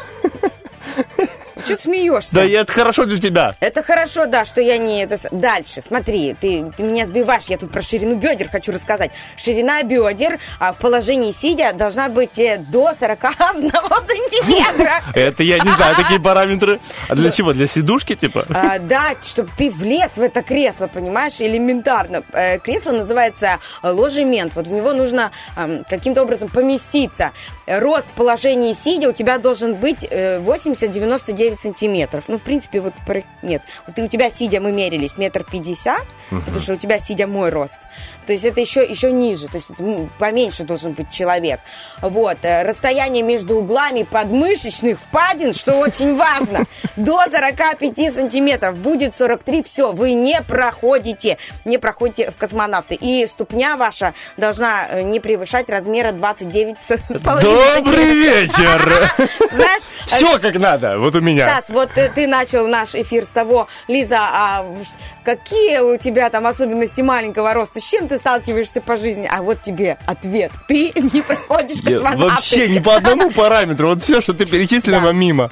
Что ты смеешься? Да, и это хорошо для тебя. Это хорошо, да, что я не... Это... с- Дальше, смотри, ты, ты меня сбиваешь, я тут про ширину бедер хочу рассказать. Ширина бедер а, в положении сидя должна быть э, до сорока одного сантиметра. Это я не знаю, такие параметры. А для чего? Для сидушки, типа? А, да, чтобы ты влез в это кресло, понимаешь, элементарно. Э, Кресло называется э, ложемент. Вот в него нужно эм, каким-то образом поместиться. Э, Рост в положении сидя у тебя должен быть э, восемьдесят-девяносто девять сантиметров. Ну, в принципе, вот про- нет. Вот ты, у тебя сидя мы мерились метр пятьдесят, Мгм. потому что у тебя сидя мой рост. То есть это еще, еще ниже, то есть ну, поменьше должен быть человек. Вот. Э, Расстояние между углами подмышечных впадин, что очень важно, до сорока пяти сантиметров. Будет сорок три, все, вы не проходите, не проходите в космонавты. И ступня ваша должна э, не превышать размера двадцать девять с половиной Добрый вечер! Знаешь, Все как надо, вот у меня. Стас, вот э, ты начал наш эфир с того, Лиза, а ш- какие у тебя там особенности маленького роста, с чем ты сталкиваешься по жизни? А вот тебе ответ. Ты не проходишь Я космонавты. вообще ни по одному параметру. Вот все, что ты перечислила, Да. мимо.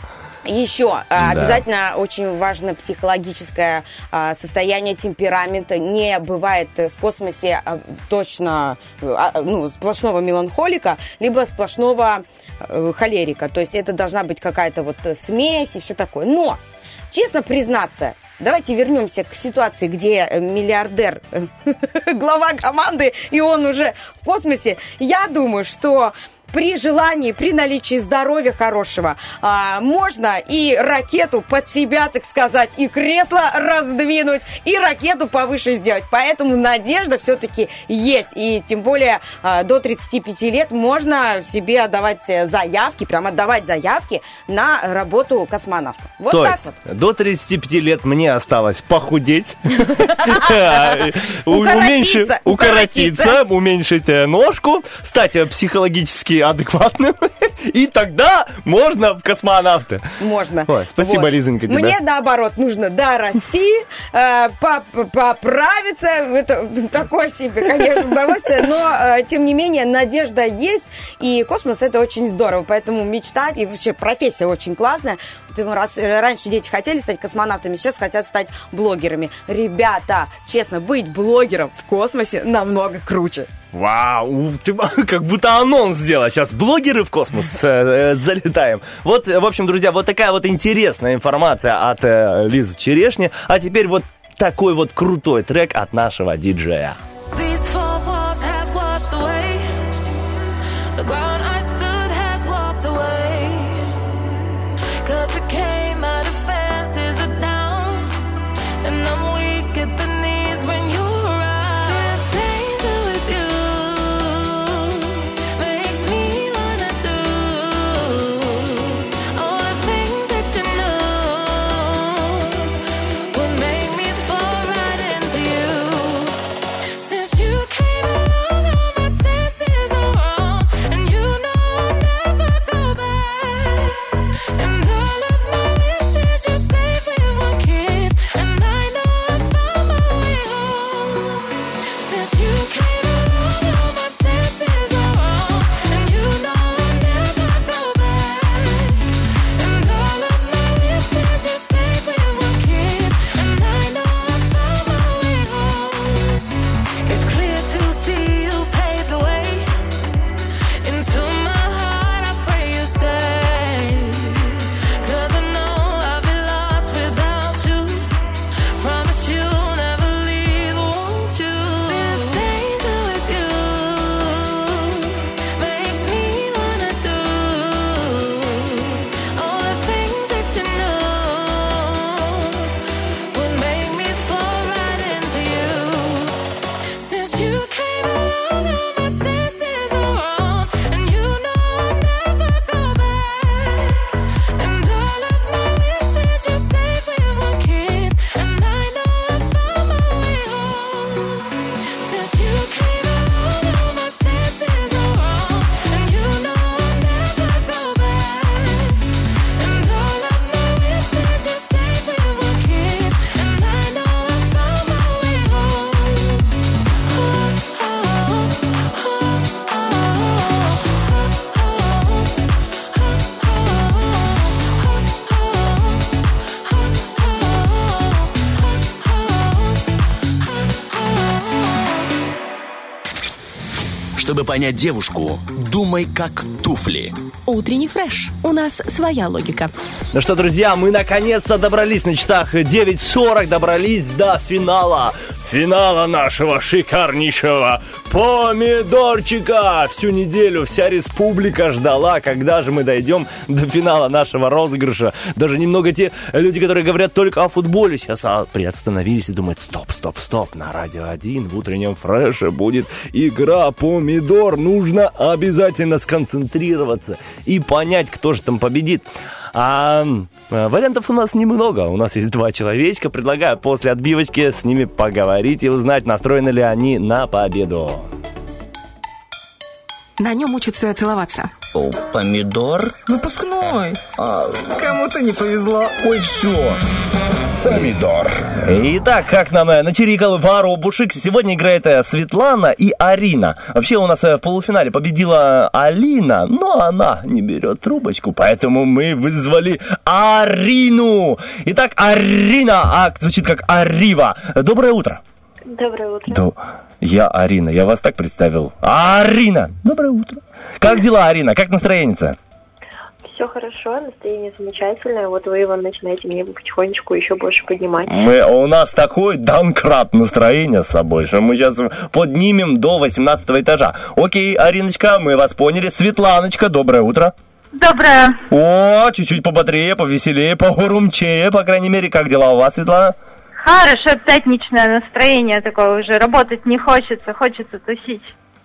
Еще да. обязательно очень важно психологическое а, состояние темперамента. Не бывает в космосе а, точно а, ну, сплошного меланхолика, либо сплошного а, холерика. То есть это должна быть какая-то вот смесь и все такое. Но, честно признаться, давайте вернемся к ситуации, где миллиардер, глава команды, и он уже в космосе. Я думаю, что при желании, при наличии здоровья хорошего, а, можно и ракету под себя, так сказать, и кресло раздвинуть, и ракету повыше сделать. Поэтому надежда все-таки есть. И тем более а, до тридцати пяти лет можно себе отдавать заявки, прям отдавать заявки на работу космонавта. Вот То так есть вот. до тридцати пяти лет мне осталось похудеть, укоротиться, уменьшить ножку, стать психологически адекватным, и тогда можно в космонавты. Можно. Ой, спасибо, вот. Лизонька, тебе. Мне, наоборот, нужно дорасти, э, поправиться. Это такое себе, конечно, удовольствие, но, э, тем не менее, надежда есть, и космос — это очень здорово, поэтому мечтать, и вообще профессия очень классная. Раз раньше дети хотели стать космонавтами, сейчас хотят стать блогерами. Ребята, честно, быть блогером в космосе намного круче. Вау, ты как будто анонс сделала. Сейчас блогеры в космос э, э, залетаем. Вот, в общем, друзья, вот такая вот интересная информация от э, Лизы Черешни. А теперь вот такой вот крутой трек от нашего диджея. Чтобы понять девушку, думай как туфли. Утренний фреш. У нас своя логика. Ну что, друзья, мы наконец-то добрались на часах девять сорок, добрались до финала. Финала нашего шикарнейшего помидорчика. Всю неделю вся республика ждала, когда же мы дойдем до финала нашего розыгрыша. Даже немного те люди, которые говорят только о футболе, сейчас приостановились и думают: стоп, стоп, стоп, на Радио один в утреннем фреше будет игра помидор. Нужно обязательно сконцентрироваться и понять, кто же там победит. А вариантов у нас немного. У нас есть два человечка. Предлагаю после отбивочки с ними поговорить и узнать, настроены ли они на победу. На нем учатся целоваться. О, помидор? Выпускной. А... Кому-то не повезло. Ой, все. помидор. Итак, как нам э, начирикал воробушек, сегодня играет э, Светлана и Арина. Вообще у нас э, в полуфинале победила Алина, но она не берет трубочку, поэтому мы вызвали Арину. Итак, Арина, а звучит как Арива. Доброе утро. Доброе утро. До... Я Арина, я вас так представил. Арина, доброе утро. Как дела, Арина, как настроение-то? Все хорошо, настроение замечательное. Вот вы его начинаете мне потихонечку еще больше поднимать. Мы, у нас такой даункрат настроения с собой, что мы сейчас поднимем до восемнадцатого этажа. Окей, Ариночка, мы вас поняли. Светланочка, доброе утро. Доброе. О, чуть-чуть пободрее, повеселее, погромче, по крайней мере. Как дела у вас, Светлана? Хорошо, пятничное настроение такое уже. Работать не хочется, хочется тусить.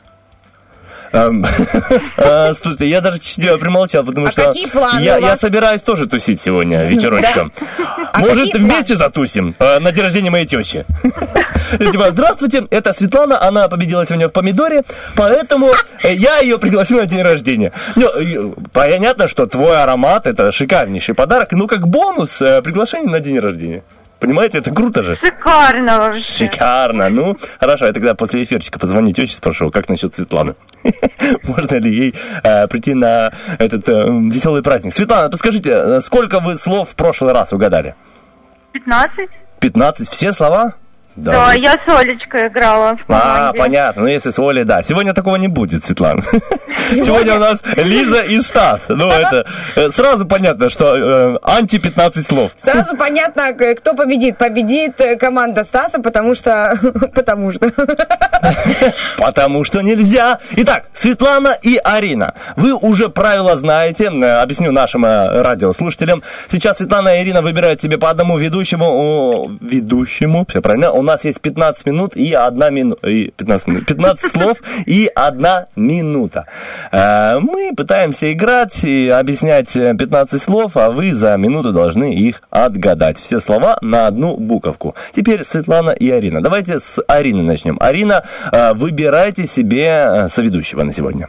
Слушайте, я даже чуть-чуть примолчал, потому а что какие планы я, у вас? я собираюсь тоже тусить сегодня вечерочком. А Может, вместе затусим на день рождения моей тещи. Типа, здравствуйте, это Светлана, она победила сегодня в помидоре, поэтому я ее пригласил на день рождения. Ну, понятно, что твой аромат — это шикарнейший подарок, ну, как бонус приглашение на день рождения. Понимаете, это круто же. Шикарно вообще. Шикарно. Ну, хорошо, я тогда после эфирчика позвоню теще, спрошу, как насчет Светланы. Можно ли ей э, прийти на этот э, веселый праздник? Светлана, подскажите, сколько вы слов в прошлый раз угадали? Пятнадцать. Пятнадцать? Все слова? Да, да, я с Олечкой играла в команде. А, понятно. Ну, если с Олей, да. Сегодня такого не будет, Светлана. Сегодня у нас Лиза и Стас. Ну, это сразу понятно, что анти-пятнадцать слов. Сразу понятно, кто победит. Победит команда Стаса, потому что... Потому что... Потому что нельзя. Итак, Светлана и Арина. Вы уже правила знаете. Объясню нашим радиослушателям. Сейчас Светлана и Арина выбирают себе по одному ведущему. Ведущему, все правильно. У нас есть пятнадцать минут и одна минута. пятнадцать минут. пятнадцать слов и одна минута. Мы пытаемся играть и объяснять пятнадцать слов, а вы за минуту должны их отгадать. Все слова на одну буковку. Теперь Светлана и Арина. Давайте с Арины начнем. Арина, выбирайте себе соведущего на сегодня.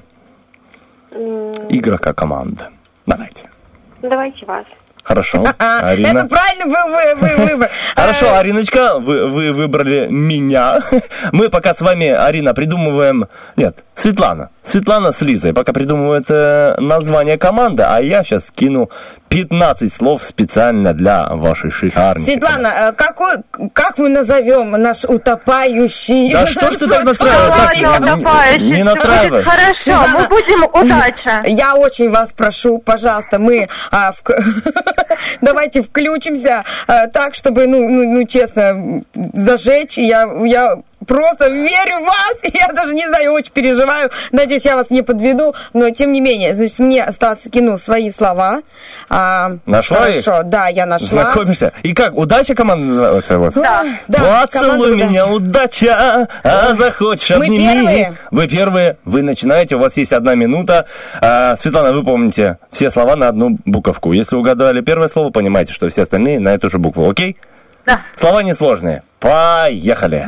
Игрока команды. Давайте. Давайте вас. Хорошо, Арина. Это правильный вы, вы, вы, выбор. Хорошо, Ариночка, вы, вы выбрали меня. Мы пока с вами, Арина, придумываем... Нет, Светлана. Светлана с Лизой пока придумывают э, название команды, а я сейчас кину пятнадцать слов специально для вашей шикарнейшей. Светлана, какой, как мы назовем наш утопающий? Да что ж ты так настраиваешь? Не, не настраивай. Хорошо, Светлана, мы будем удача. Я очень вас прошу, пожалуйста, мы а, в... давайте включимся а, так, чтобы, ну, ну, ну честно, зажечь. Я, я просто верю в вас, я даже не знаю, очень переживаю. Надеюсь, я вас не подведу, но тем не менее, значит, мне Стас скинул свои слова. А, нашла хорошо, их? Да, я нашла. Знакомишься. И как, удача команда называется? Вот. Да, да. Поцелуй меня, удача, а захочешь, обними. Мы первые? Вы первые, вы начинаете, у вас есть одна минута. А, Светлана, вы помните все слова на одну буковку. Если угадали первое слово, понимаете, что все остальные на эту же букву, окей? Да. Слова несложные. Поехали.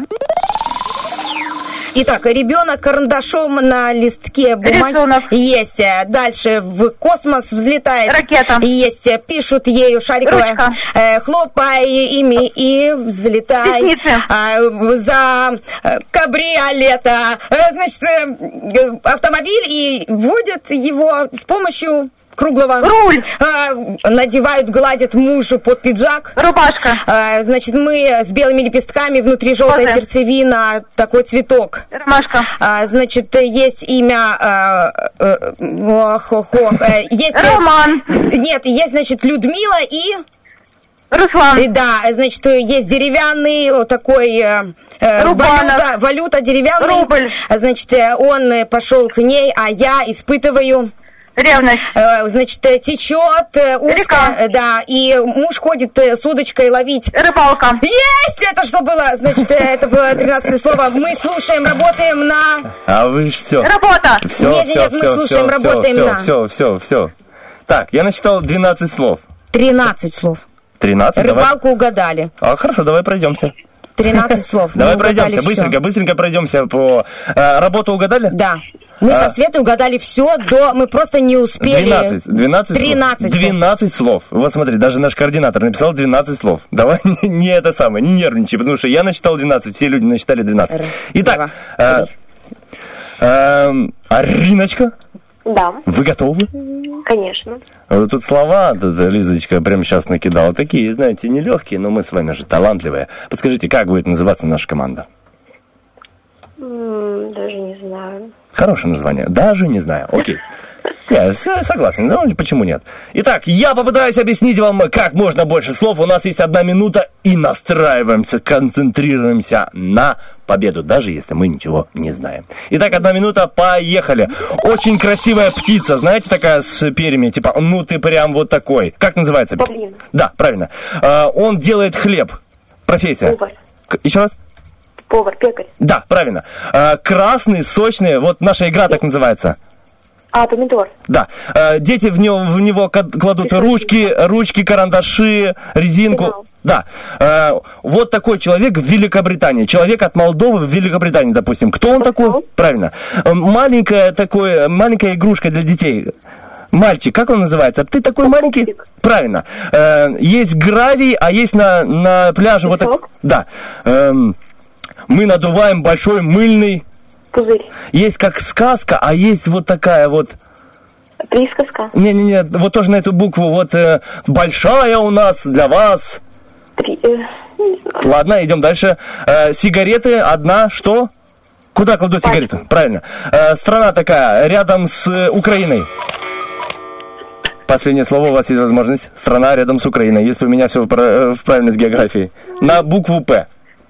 Итак, ребенок карандашом на листке бумаги. Рисунок. Есть. Дальше в космос взлетает. Ракета. Есть. Пишут ею шариковая. Ручка. Э, хлопай ими и взлетай. А, за кабриолета. Э, значит, э, автомобиль, и водят его с помощью круглого. Руль. А, надевают, гладят мужу под пиджак. Рубашка. А, значит, мы с белыми лепестками, внутри желтая Розы. сердцевина, такой цветок. Ромашка. А, значит, есть имя... А, а, ох, ох, ох, а, есть... Роман. Нет, есть, значит, Людмила и... Руслан. И, да, значит, есть деревянный вот такой... Э, валюта, валюта деревянный. Рубль. Значит, он пошел к ней, а я испытываю... Ревность. Значит, течет узко, да, и муж ходит с удочкой ловить. Рыбалка. Есть! Это что было? Значит, это было тринадцатое слово. Мы слушаем, работаем на... А вы ж все. Работа. Все, нет, все, нет, все, мы слушаем, все, работаем все, на... Все, все, все. Так, я насчитал двенадцать слов. тринадцать слов. тринадцать? Рыбалку давай. угадали. А, хорошо, давай пройдемся. тринадцать слов. Давай пройдемся, быстренько, быстренько пройдемся по... А, работу угадали? Да. Мы А, со Светой угадали все до... Мы просто не успели... двенадцать. двенадцать тринадцать слов. двенадцать слов. Вот смотри, даже наш координатор написал двенадцать слов. Давай не, не это самое, не нервничай, потому что я насчитал двенадцать, все люди насчитали двенадцать. Раз, Итак, два, э, э, Ариночка, Да, вы готовы? конечно. Вот тут слова, тут Лизочка прямо сейчас накидала, такие, знаете, нелегкие, но мы с вами же талантливые. Подскажите, как будет называться наша команда? М, Даже не знаю. Хорошее название. Даже не знаю. Окей. Я с- согласен. Ну, почему нет? Итак, я попытаюсь объяснить вам как можно больше слов. У нас есть одна минута и настраиваемся, концентрируемся на победу, даже если мы ничего не знаем. Итак, одна минута, поехали. Очень красивая птица, знаете, такая с перьями, типа, ну ты прям вот такой. Как называется? Павлин. Да, правильно. А, он делает хлеб. Профессия. Повар. К- Еще раз? Повар, пекарь. Да, правильно. А, красный, сочный, вот наша игра так называется. А, помидор. Да. Э, Дети в него, в него кад- кладут ручки, ручки, карандаши, резинку. Пенал. Да. Э, Вот такой человек в Великобритании. Человек от Молдовы в Великобритании, допустим. Кто он такой? Правильно. Э, Маленькая такой, маленькая игрушка для детей. Мальчик, как он называется? Ты такой маленький? Правильно. Э, Есть гравий, а есть на, на пляже вот так. Да. Эм, Мы надуваем большой мыльный... Пузырь. Есть как сказка, а есть вот такая вот... Присказка. Не-не-не, вот тоже на эту букву. Вот э, большая у нас для вас. При... э, не знаю. Ладно, идем дальше. Э, сигареты, одна, что? Куда кладут сигарету? Правильно. Э, страна такая, рядом с э, Украиной. Последнее слово, у вас есть возможность. Страна рядом с Украиной, если у меня все в, пра- в правильно с географией. На букву П.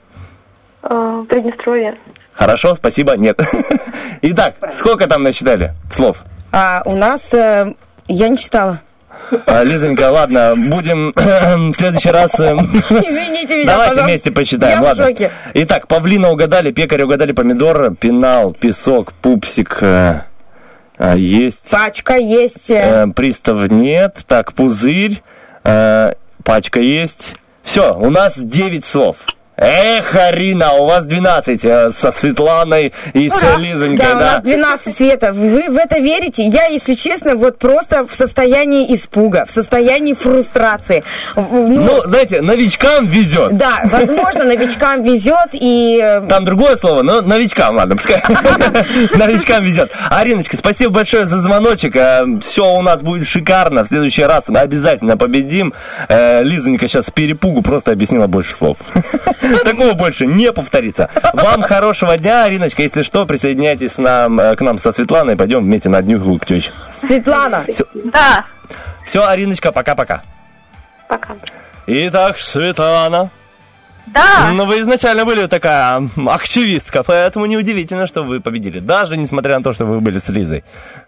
А, Приднестровье. Хорошо, спасибо, нет. Итак, сколько там насчитали слов? А, у нас... э, я не читала. А, Лизонька, ладно, будем в следующий раз... э, Извините меня, Давайте пожалуйста. вместе посчитаем, Я в ладно. шоке. Итак, павлина угадали, пекарь угадали, помидор, пенал, песок, пупсик, э, э, есть. Пачка есть. э, Э, пристав нет, так, пузырь, э, пачка есть. Все, у нас девять слов. Эх, Арина, у вас двенадцать э, со Светланой и с Ура! Лизонькой, Да, у нас двенадцать, Света. Вы в это верите? Я, если честно, вот просто в состоянии испуга, в состоянии фрустрации. В- Ну, Ну, знаете, новичкам везет. да, возможно, новичкам везет и... э, Там другое слово, но новичкам, ладно, пускай. Новичкам везет. Ариночка, спасибо большое за звоночек. Все у нас будет шикарно. В следующий раз мы обязательно победим. Э, Лизонька сейчас с перепугу просто объяснила больше слов. Такого больше не повторится. Вам хорошего дня, Ариночка. Если что, присоединяйтесь к нам, к нам со Светланой. Пойдем вместе на днюху к теще. Светлана. Да. Все, Ариночка, пока-пока. Пока. Итак, Светлана. Да. Ну, вы изначально были такая м, активистка, поэтому неудивительно, что вы победили. Даже несмотря на то, что вы были с Лизой.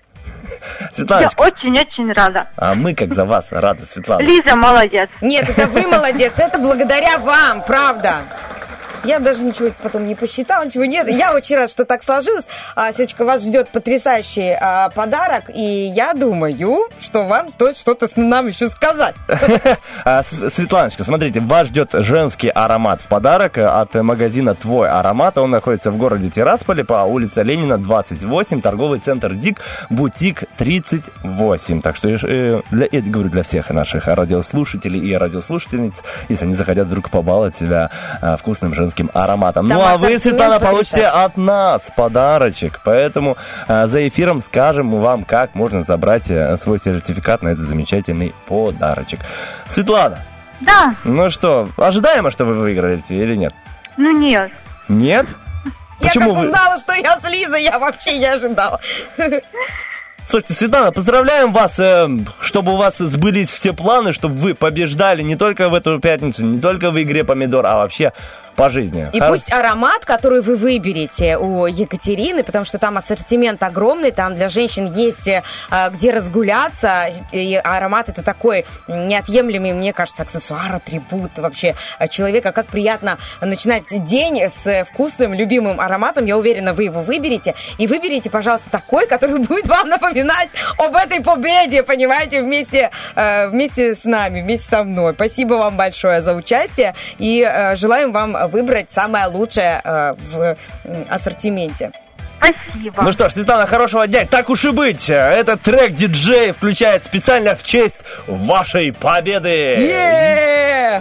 Я Светланочка, очень-очень рада. а мы как за вас рады, Светлана. Лиза молодец. Нет, это вы молодец, это благодаря вам, правда. Я даже ничего потом не посчитала, ничего нет. Я очень рада, что так сложилось. А, Светочка, вас ждет потрясающий а, подарок, и я думаю, что вам стоит что-то с- нам еще сказать. А, С- Светланочка, смотрите, вас ждет женский аромат в подарок от магазина «Твой аромат». Он находится в городе Тирасполе по улице Ленина, двадцать восемь, торговый центр «Дик», бутик тридцать восемь. Так что э, для, я говорю для всех наших радиослушателей и радиослушательниц, если они захотят вдруг побаловать себя а, вкусным женским ароматом. Там Ну а вы, ассортимент Светлана, получите потрясающий. от нас подарочек. Поэтому а, за эфиром скажем вам, как можно забрать э, свой сертификат на этот замечательный подарочек. Светлана, Да. ну что, ожидаемо, что вы выиграете или нет? Ну нет. Нет? Я Почему как вы... узнала, что я с Лизой, я вообще не ожидала. Слушайте, Светлана, поздравляем вас, э, чтобы у вас сбылись все планы, чтобы вы побеждали не только в эту пятницу, не только в игре «Помидор», а вообще по жизни. И Хор- пусть аромат, который вы выберете у Екатерины, потому что там ассортимент огромный, там для женщин есть э, где разгуляться, и аромат это такой неотъемлемый, мне кажется, аксессуар, атрибут вообще человека. Как приятно начинать день с вкусным, любимым ароматом. Я уверена, вы его выберете. И выберите, пожалуйста, такой, который будет вам напоминать об этой победе, понимаете, вместе, э, вместе с нами, вместе со мной. Спасибо вам большое за участие и э, желаем вам выбрать самое лучшее э, в м, ассортименте. Спасибо. Ну что ж, Светлана, хорошего дня. Так уж и быть, этот трек диджей включает специально в честь вашей победы. Yeah!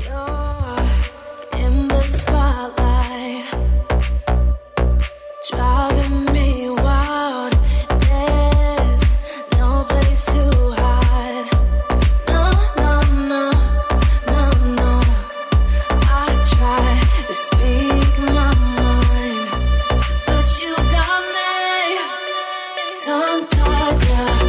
In the spotlight, driving me wild. There's no place to hide. No, no, no, no, no. I try to speak my mind, but you got me tongue-tied, yeah.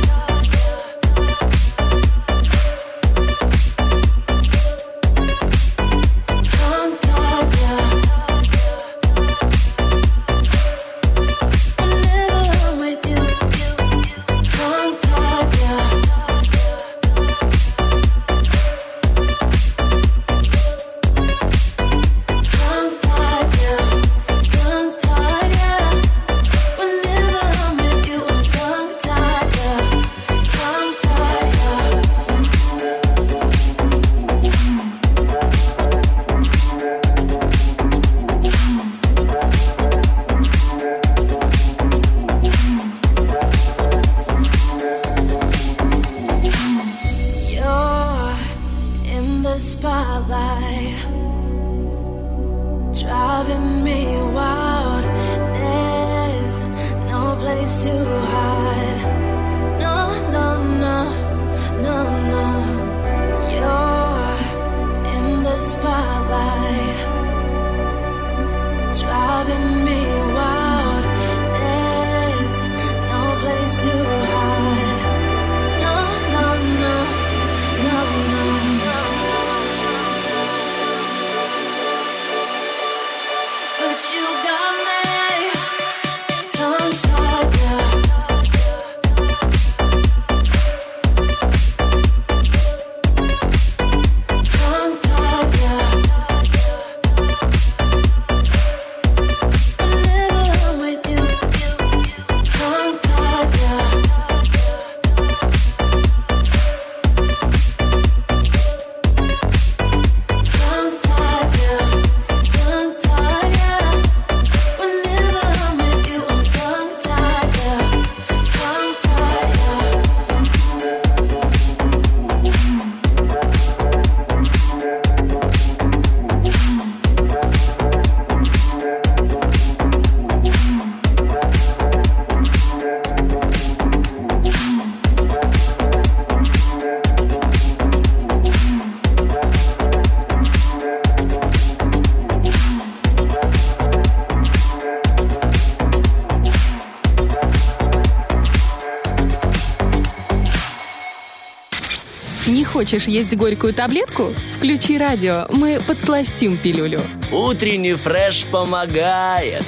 Хочешь есть горькую таблетку? Включи радио, мы подсластим пилюлю. Утренний фреш помогает.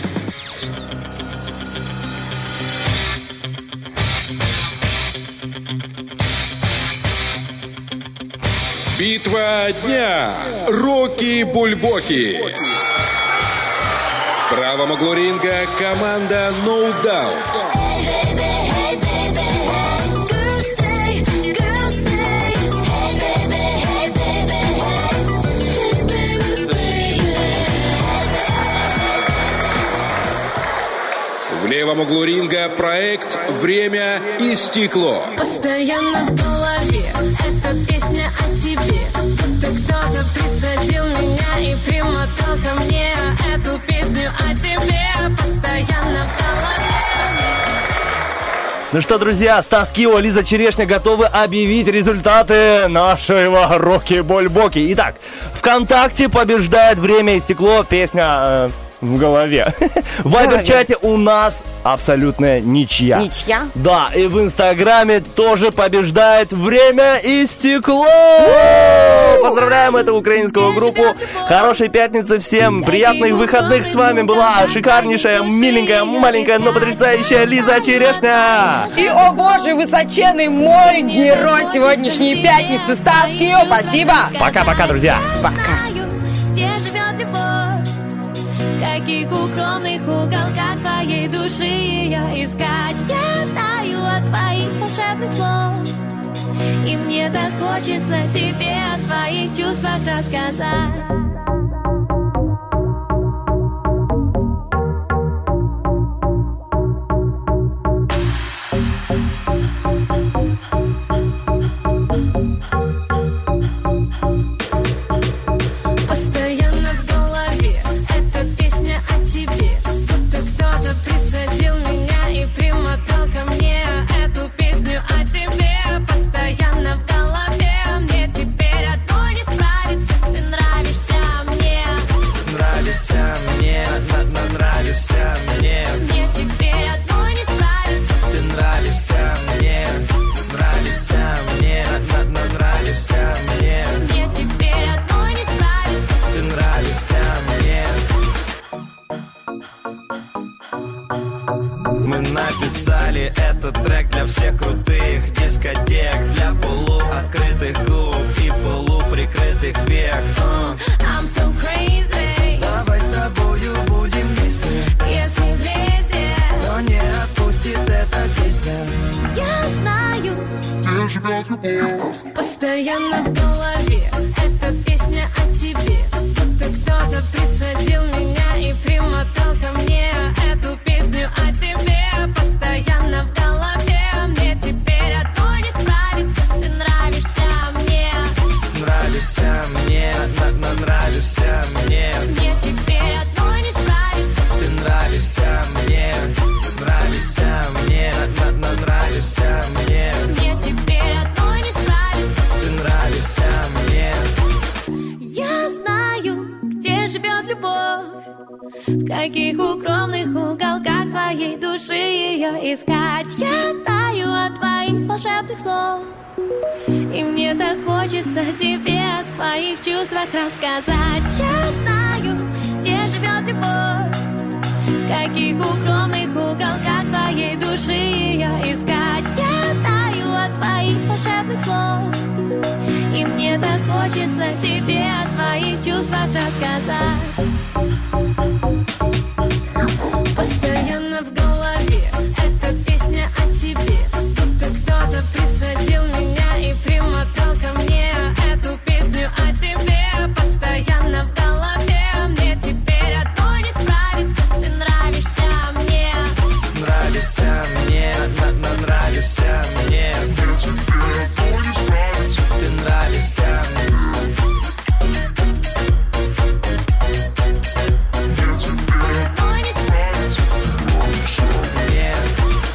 Битва дня. Рокки Бульбоки. В правом углу ринга команда No Doubt. В левом углу ринга проект «Время и стекло». Постоянно в голове эта песня о тебе. Будто кто-то присадил меня и примотал ко мне эту песню о тебе. Постоянно в голове. Ну что, друзья, Стас Кио, Лиза Черешня готовы объявить результаты нашего Рокки Бульбоки. Итак, ВКонтакте побеждает «Время и стекло», песня... Э, в голове. В вайбер-чате у нас абсолютная ничья. Ничья? Да, и в Инстаграме тоже побеждает «Время и стекло». Поздравляем эту украинскую группу. Хорошей пятницы всем. Приятных выходных. С вами была шикарнейшая, миленькая, маленькая, но потрясающая Лиза Черешня. И, о боже, высоченный мой герой сегодняшней пятницы Стас Кио. Спасибо. Пока-пока, друзья. Пока. В каких укромных уголках твоей души ее искать? Я таю от твоих волшебных слов, и мне так хочется тебе о своих чувствах рассказать. Мы написали этот трек для всех крутых дискотек, для полуоткрытых губ и полуприкрытых век. uh, I'm so crazy. Давай с тобою будем вместе. Если влезет, то не отпустит эта песня. я знаю, постоянно в голове эта песня о тебе. Будто кто-то присадил меня и примотал ко мне эту песню о тебе. Постоянно в голове, мне теперь одной не справиться. Ты нравишься мне, Нравишься мне, на- на- нравишься мне. мне теперь одной не справиться. Ты нравишься мне, нравишься мне, на- на- нравишься мне. Мне теперь одной не справиться. Ты нравишься мне. Я знаю, где живет любовь, в каких укромных уголках твоей души ее искать. Я таю от твоих волшебных слов, и мне так хочется тебе о своих чувствах рассказать. Я знаю, где живет любовь, в каких укромных уголках твоей души ее искать. Я таю от твоих волшебных слов, и мне так хочется тебе о своих чувствах рассказать. Постоянно в голове эта песня о тебе. Будто кто-то присадил меня и примотал ко мне эту песню о тебе. Постоянно в голове, мне теперь одной не справиться. Ты нравишься мне, Нравишься мне, на- на- нравишься мне. Ты нравишься мне.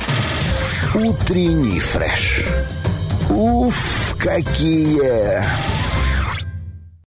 Утренний фреш. Уф, какие